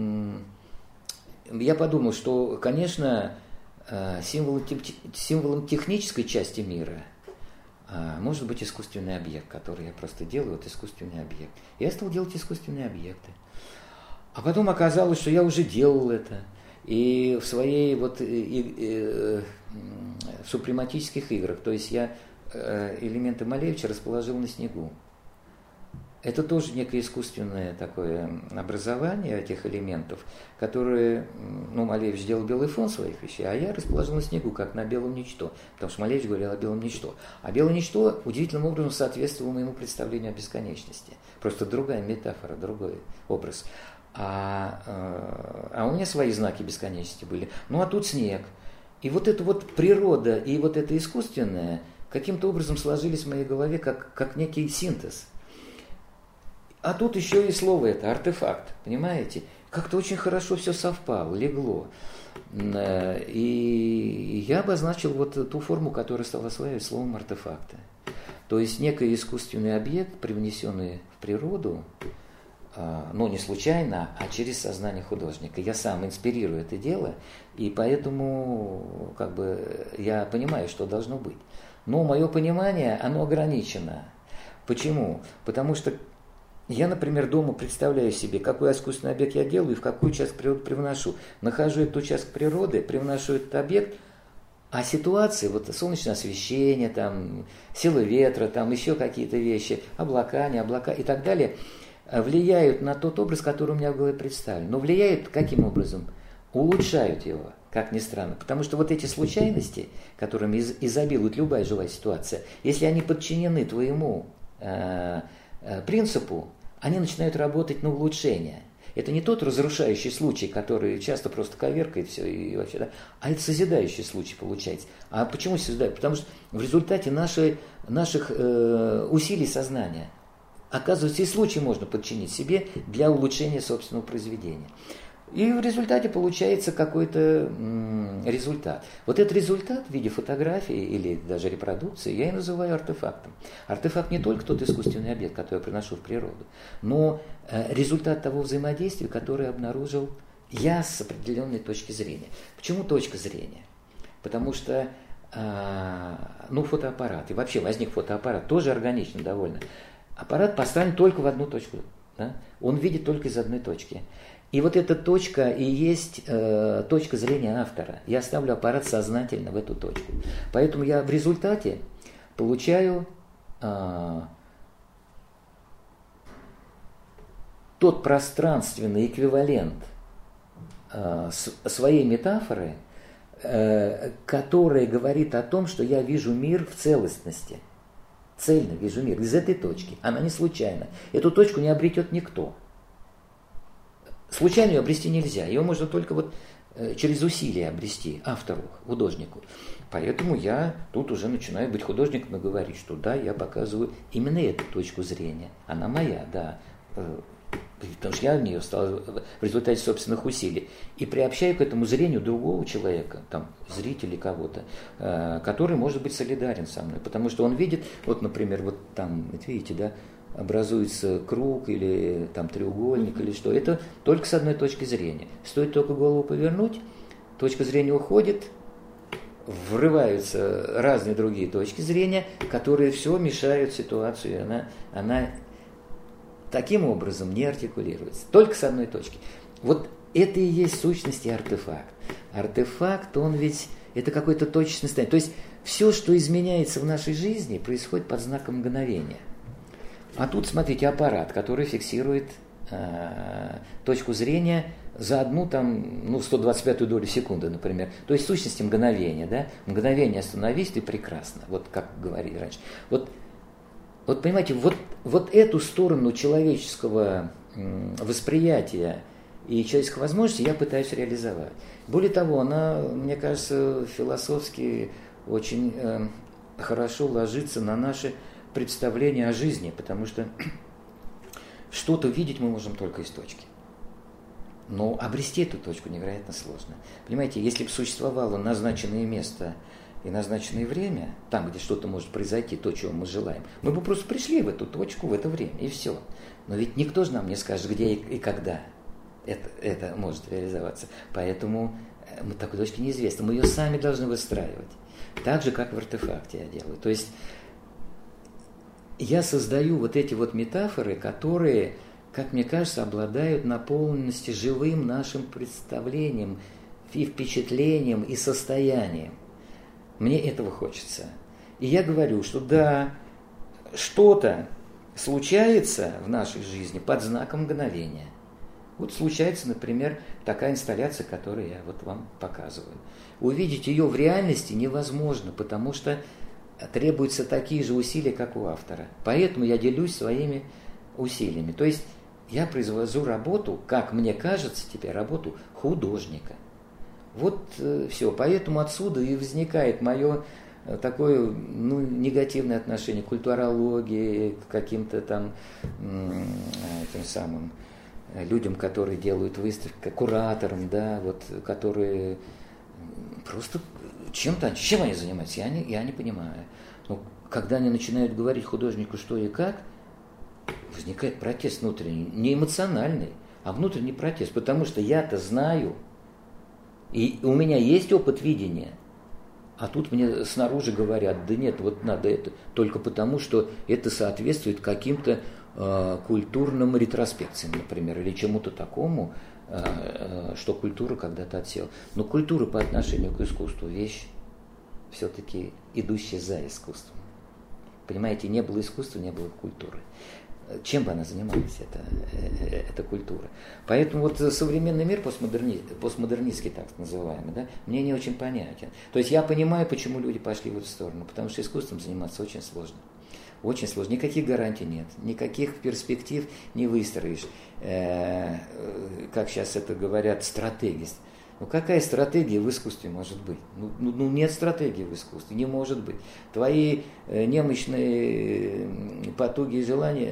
[SPEAKER 2] я подумал, что, конечно, символом, символом технической части мира может быть искусственный объект, который я просто делаю, вот искусственный объект. Я стал делать искусственные объекты. А потом оказалось, что я уже делал это. И в своей вот и, и, в супрематических играх, то есть я элементы Малевича расположил на снегу. Это тоже некое искусственное такое образование этих элементов, которые, ну, Малевич делал белый фон своих вещей, а я расположил на снегу, как на белом ничто, потому что Малевич говорил о белом ничто. А белое ничто удивительным образом соответствовало моему представлению о бесконечности. Просто другая метафора, другой образ. А, а у меня свои знаки бесконечности были. Ну, а тут снег. И вот эта вот природа и вот это искусственное каким-то образом сложились в моей голове как, как некий синтез. А тут еще и слово это, артефакт, понимаете? Как-то очень хорошо все совпало, легло. И я обозначил вот ту форму, которая стала осваивать словом артефакта. То есть некий искусственный объект, привнесенный в природу, но не случайно, а через сознание художника. Я сам инспирирую это дело, и поэтому как бы, я понимаю, что должно быть. Но мое понимание, оно ограничено. Почему? Потому что я, например, дома представляю себе, какой искусственный объект я делаю и в какой участок природы привношу. Нахожу этот участок природы, привношу этот объект, а ситуации, вот солнечное освещение, там, сила ветра, там еще какие-то вещи, облака, не облака и так далее, влияют на тот образ, который у меня в голове представлен. Но влияют каким образом? Улучшают его, как ни странно. Потому что вот эти случайности, которыми из- изобилует любая живая ситуация, если они подчинены твоему э- э- принципу, они начинают работать на улучшение. Это не тот разрушающий случай, который часто просто коверкает все и вообще, да, а это созидающий случай получается. А почему созидает? Потому что в результате нашей, наших э- усилий сознания, оказывается, и случай можно подчинить себе для улучшения собственного произведения. И в результате получается какой-то м, результат. Вот этот результат в виде фотографии или даже репродукции я и называю артефактом. Артефакт не только тот искусственный объект, который я приношу в природу, но э, результат того взаимодействия, которое обнаружил я с определенной точки зрения. Почему точка зрения? Потому что э, ну, фотоаппарат, и вообще возник фотоаппарат, тоже органично довольно. Аппарат поставлен только в одну точку. Да? Он видит только из одной точки. И вот эта точка и есть э, точка зрения автора. Я ставлю аппарат сознательно в эту точку. Поэтому я в результате получаю э, тот пространственный эквивалент э, своей метафоры, э, которая говорит о том, что я вижу мир в целостности. Цельно вижу мир из этой точки. Она не случайна. Эту точку не обретет никто. Случайно ее обрести нельзя. Ее можно только вот через усилия обрести автору, художнику. Поэтому я тут уже начинаю быть художником и говорить, что да, я показываю именно эту точку зрения. Она моя, да. Потому что я в нее стал в результате собственных усилий. И приобщаю к этому зрению другого человека, там, зрителя кого-то, который может быть солидарен со мной. Потому что он видит, вот, например, вот там, вот видите, да, образуется круг или там треугольник или что. Это только с одной точки зрения. Стоит только голову повернуть, точка зрения уходит, врываются разные другие точки зрения, которые все мешают ситуацию, и она, она таким образом не артикулируется. Только с одной точки. Вот это и есть в сущности артефакт. Артефакт, он ведь, это какое-то точное состояние. То есть все, что изменяется в нашей жизни, происходит под знаком мгновения. А тут, смотрите, аппарат, который фиксирует э, точку зрения за одну там, ну, сто двадцать пятую долю секунды, например. То есть в сущности мгновение, да? Мгновение остановись, ты прекрасно. Вот как говорили раньше. Вот, вот понимаете, вот, вот эту сторону человеческого э, восприятия и человеческих возможностей я пытаюсь реализовать. Более того, она, мне кажется, философски очень э, хорошо ложится на наши представление о жизни, потому что что-то видеть мы можем только из точки. Но обрести эту точку невероятно сложно. Понимаете, если бы существовало назначенное место и назначенное время, там, где что-то может произойти, то, чего мы желаем, мы бы просто пришли в эту точку, в это время, и все. Но ведь никто же нам не скажет, где и, и когда это, это может реализоваться. Поэтому мы такой точки неизвестны. Мы ее сами должны выстраивать. Так же, как в артефакте я делаю. То есть я создаю вот эти вот метафоры, которые, как мне кажется, обладают наполненностью живым нашим представлением и впечатлением, и состоянием. Мне этого хочется. И я говорю, что да, что-то случается в нашей жизни под знаком мгновения. Вот случается, например, такая инсталляция, которую я вот вам показываю. Увидеть ее в реальности невозможно, потому что требуются такие же усилия, как у автора. Поэтому я делюсь своими усилиями. То есть я произвожу работу, как мне кажется теперь, работу художника. Вот э, все. Поэтому отсюда и возникает мое э, такое ну, негативное отношение к культурологии, к каким-то там э, тем самым людям, которые делают выставки, кураторам, да, вот, которые просто чем-то, чем они занимаются, я не, я не понимаю. Но когда они начинают говорить художнику что и как, возникает протест внутренний, не эмоциональный, а внутренний протест, потому что я-то знаю, и у меня есть опыт видения, а тут мне снаружи говорят, да нет, вот надо это, только потому, что это соответствует каким-то э, культурным ретроспекциям, например, или чему-то такому, э, э, что культура когда-то отсела. Но культура по отношению к искусству вещь все-таки идущая за искусством. Понимаете, не было искусства, не было культуры. Чем бы она занималась, эта, эта культура. Поэтому вот современный мир, постмодерни, постмодернистский так называемый, да, мне не очень понятен. То есть я понимаю, почему люди пошли в эту сторону, потому что искусством заниматься очень сложно. Очень сложно. Никаких гарантий нет, никаких перспектив не выстроишь. Э, как сейчас это говорят, стратегии. Ну какая стратегия в искусстве может быть? Ну, ну нет стратегии в искусстве, не может быть. Твои э, немощные потуги и желания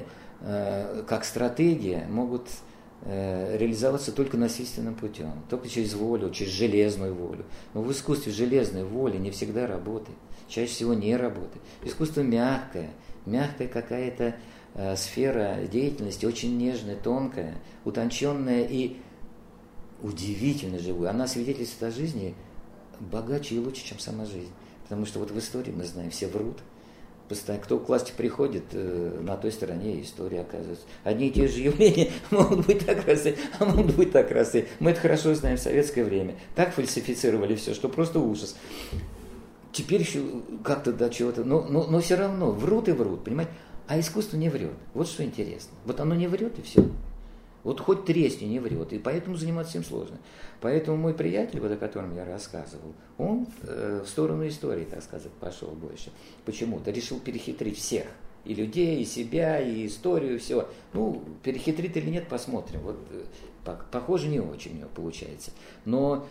[SPEAKER 2] как стратегия могут э, реализоваться только насильственным путем, только через волю, через железную волю. Но в искусстве железная воля не всегда работает, чаще всего не работает. Искусство мягкое, мягкая какая-то э, сфера деятельности, очень нежная, тонкая, утонченная и удивительно живая. Она свидетельствует о жизни богаче и лучше, чем сама жизнь. Потому что вот в истории мы знаем, все врут. Кто к власти приходит, на той стороне истории оказывается. Одни и те же явления могут быть так разные, а могут быть так разные. Мы это хорошо знаем в советское время. Так фальсифицировали все, что просто ужас. Теперь еще как-то до чего-то, но, но, но все равно врут и врут, понимаете? А искусство не врет. Вот что интересно. Вот оно не врет и все. Вот хоть тресни, не врет, и поэтому заниматься им сложно. Поэтому мой приятель, вот о котором я рассказывал, он э, в сторону истории, так сказать, пошел больше. Почему-то решил перехитрить всех. И людей, и себя, и историю, все. Ну, перехитрит или нет, посмотрим. Вот, э, похоже, не очень у него получается. Но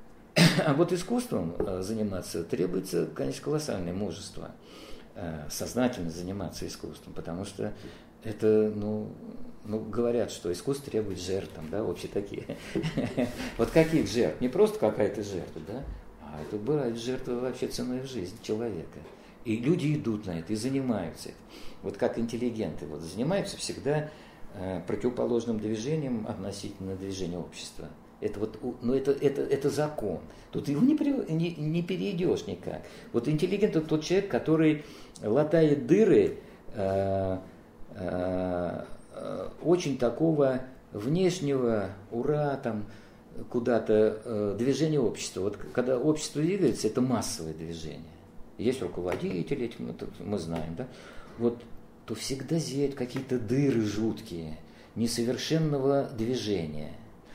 [SPEAKER 2] а вот искусством э, заниматься требуется, конечно, колоссальное мужество. Э, сознательно заниматься искусством, потому что это, ну... Ну, говорят, что искусство требует жертв, там, да, вообще такие. Вот каких жертв? Не просто какая-то жертва, да, а это бывает жертва вообще ценой в жизнь человека. И люди идут на это, и занимаются этим. Вот как интеллигенты вот, занимаются всегда э, противоположным движением относительно движения общества. Это вот, ну, это, это, это закон. Тут его не, не, не перейдешь никак. Вот интеллигент – это тот человек, который латает дыры, э, э, очень такого внешнего, ура, там, куда-то э, движения общества. Вот когда общество двигается, это массовое движение. Есть руководители, этим мы, мы знаем, да? Вот, то всегда зияют какие-то дыры жуткие, несовершенного движения.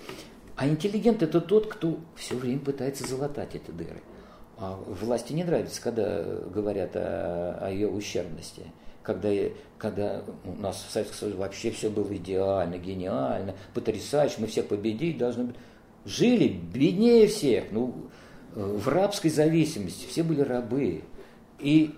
[SPEAKER 2] А интеллигент – это тот, кто все время пытается залатать эти дыры. А власти не нравится, когда говорят о, о ее ущербности. Когда, когда у нас в Советском Союзе вообще все было идеально, гениально, потрясающе, мы всех победить должны быть. Жили беднее всех, ну, в рабской зависимости, все были рабы. И,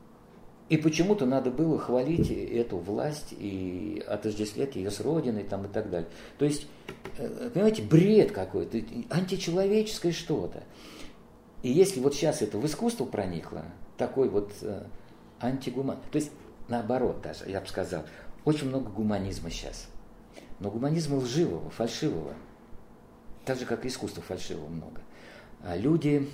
[SPEAKER 2] и почему-то надо было хвалить эту власть и отождествлять ее с Родиной там, и так далее. То есть, понимаете, бред какой-то, античеловеческое что-то. И если вот сейчас это в искусство проникло, такой вот э, антигуман, то есть наоборот даже, я бы сказал, очень много гуманизма сейчас. Но гуманизма лживого, фальшивого, так же, как и искусства фальшивого много. А люди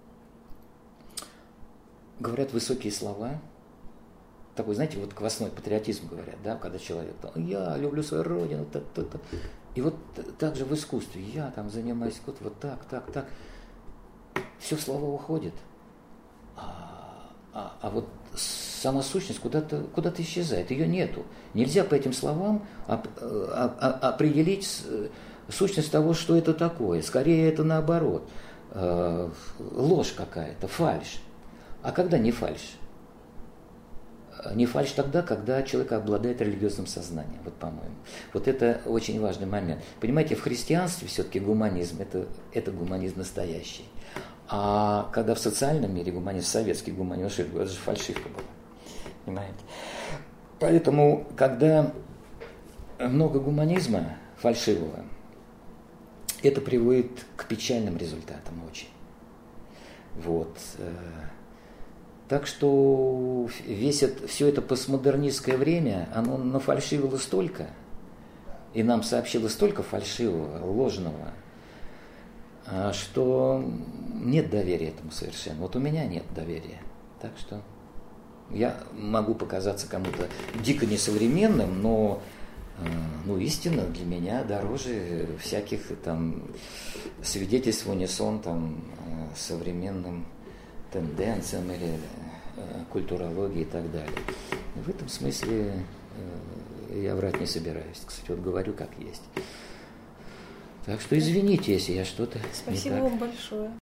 [SPEAKER 2] говорят высокие слова, такой, знаете, вот квасной патриотизм говорят, да, когда человек, там, я люблю свою родину, та, та, та. И вот так же в искусстве, я там занимаюсь вот, вот так, так, так. Все слова уходит, а, а, а вот сама сущность куда-то, куда-то исчезает, ее нету. Нельзя по этим словам оп, оп, оп, определить сущность того, что это такое. Скорее это наоборот, э, ложь какая-то, фальшь. А когда не фальшь? Не фальшь тогда, когда человек обладает религиозным сознанием, вот по-моему. Вот это очень важный момент. Понимаете, в христианстве все-таки гуманизм это, это гуманизм настоящий. А когда в социальном мире гуманизм, советский гуманизм, это же фальшивка была. Понимаете? Поэтому, когда много гуманизма фальшивого, это приводит к печальным результатам очень. Вот. Так что весь это, все это постмодернистское время, оно нафальшивило столько, и нам сообщило столько фальшивого, ложного, что нет доверия этому совершенно. Вот у меня нет доверия. Так что я могу показаться кому-то дико несовременным, но ну, истина для меня дороже всяких там свидетельств в унисон там, современным тенденциям или э, культурологии и так далее. В этом смысле э, я врать не собираюсь. Кстати, вот говорю как есть. Так что извините, если я что-то
[SPEAKER 1] Спасибо
[SPEAKER 2] не так.
[SPEAKER 1] вам большое.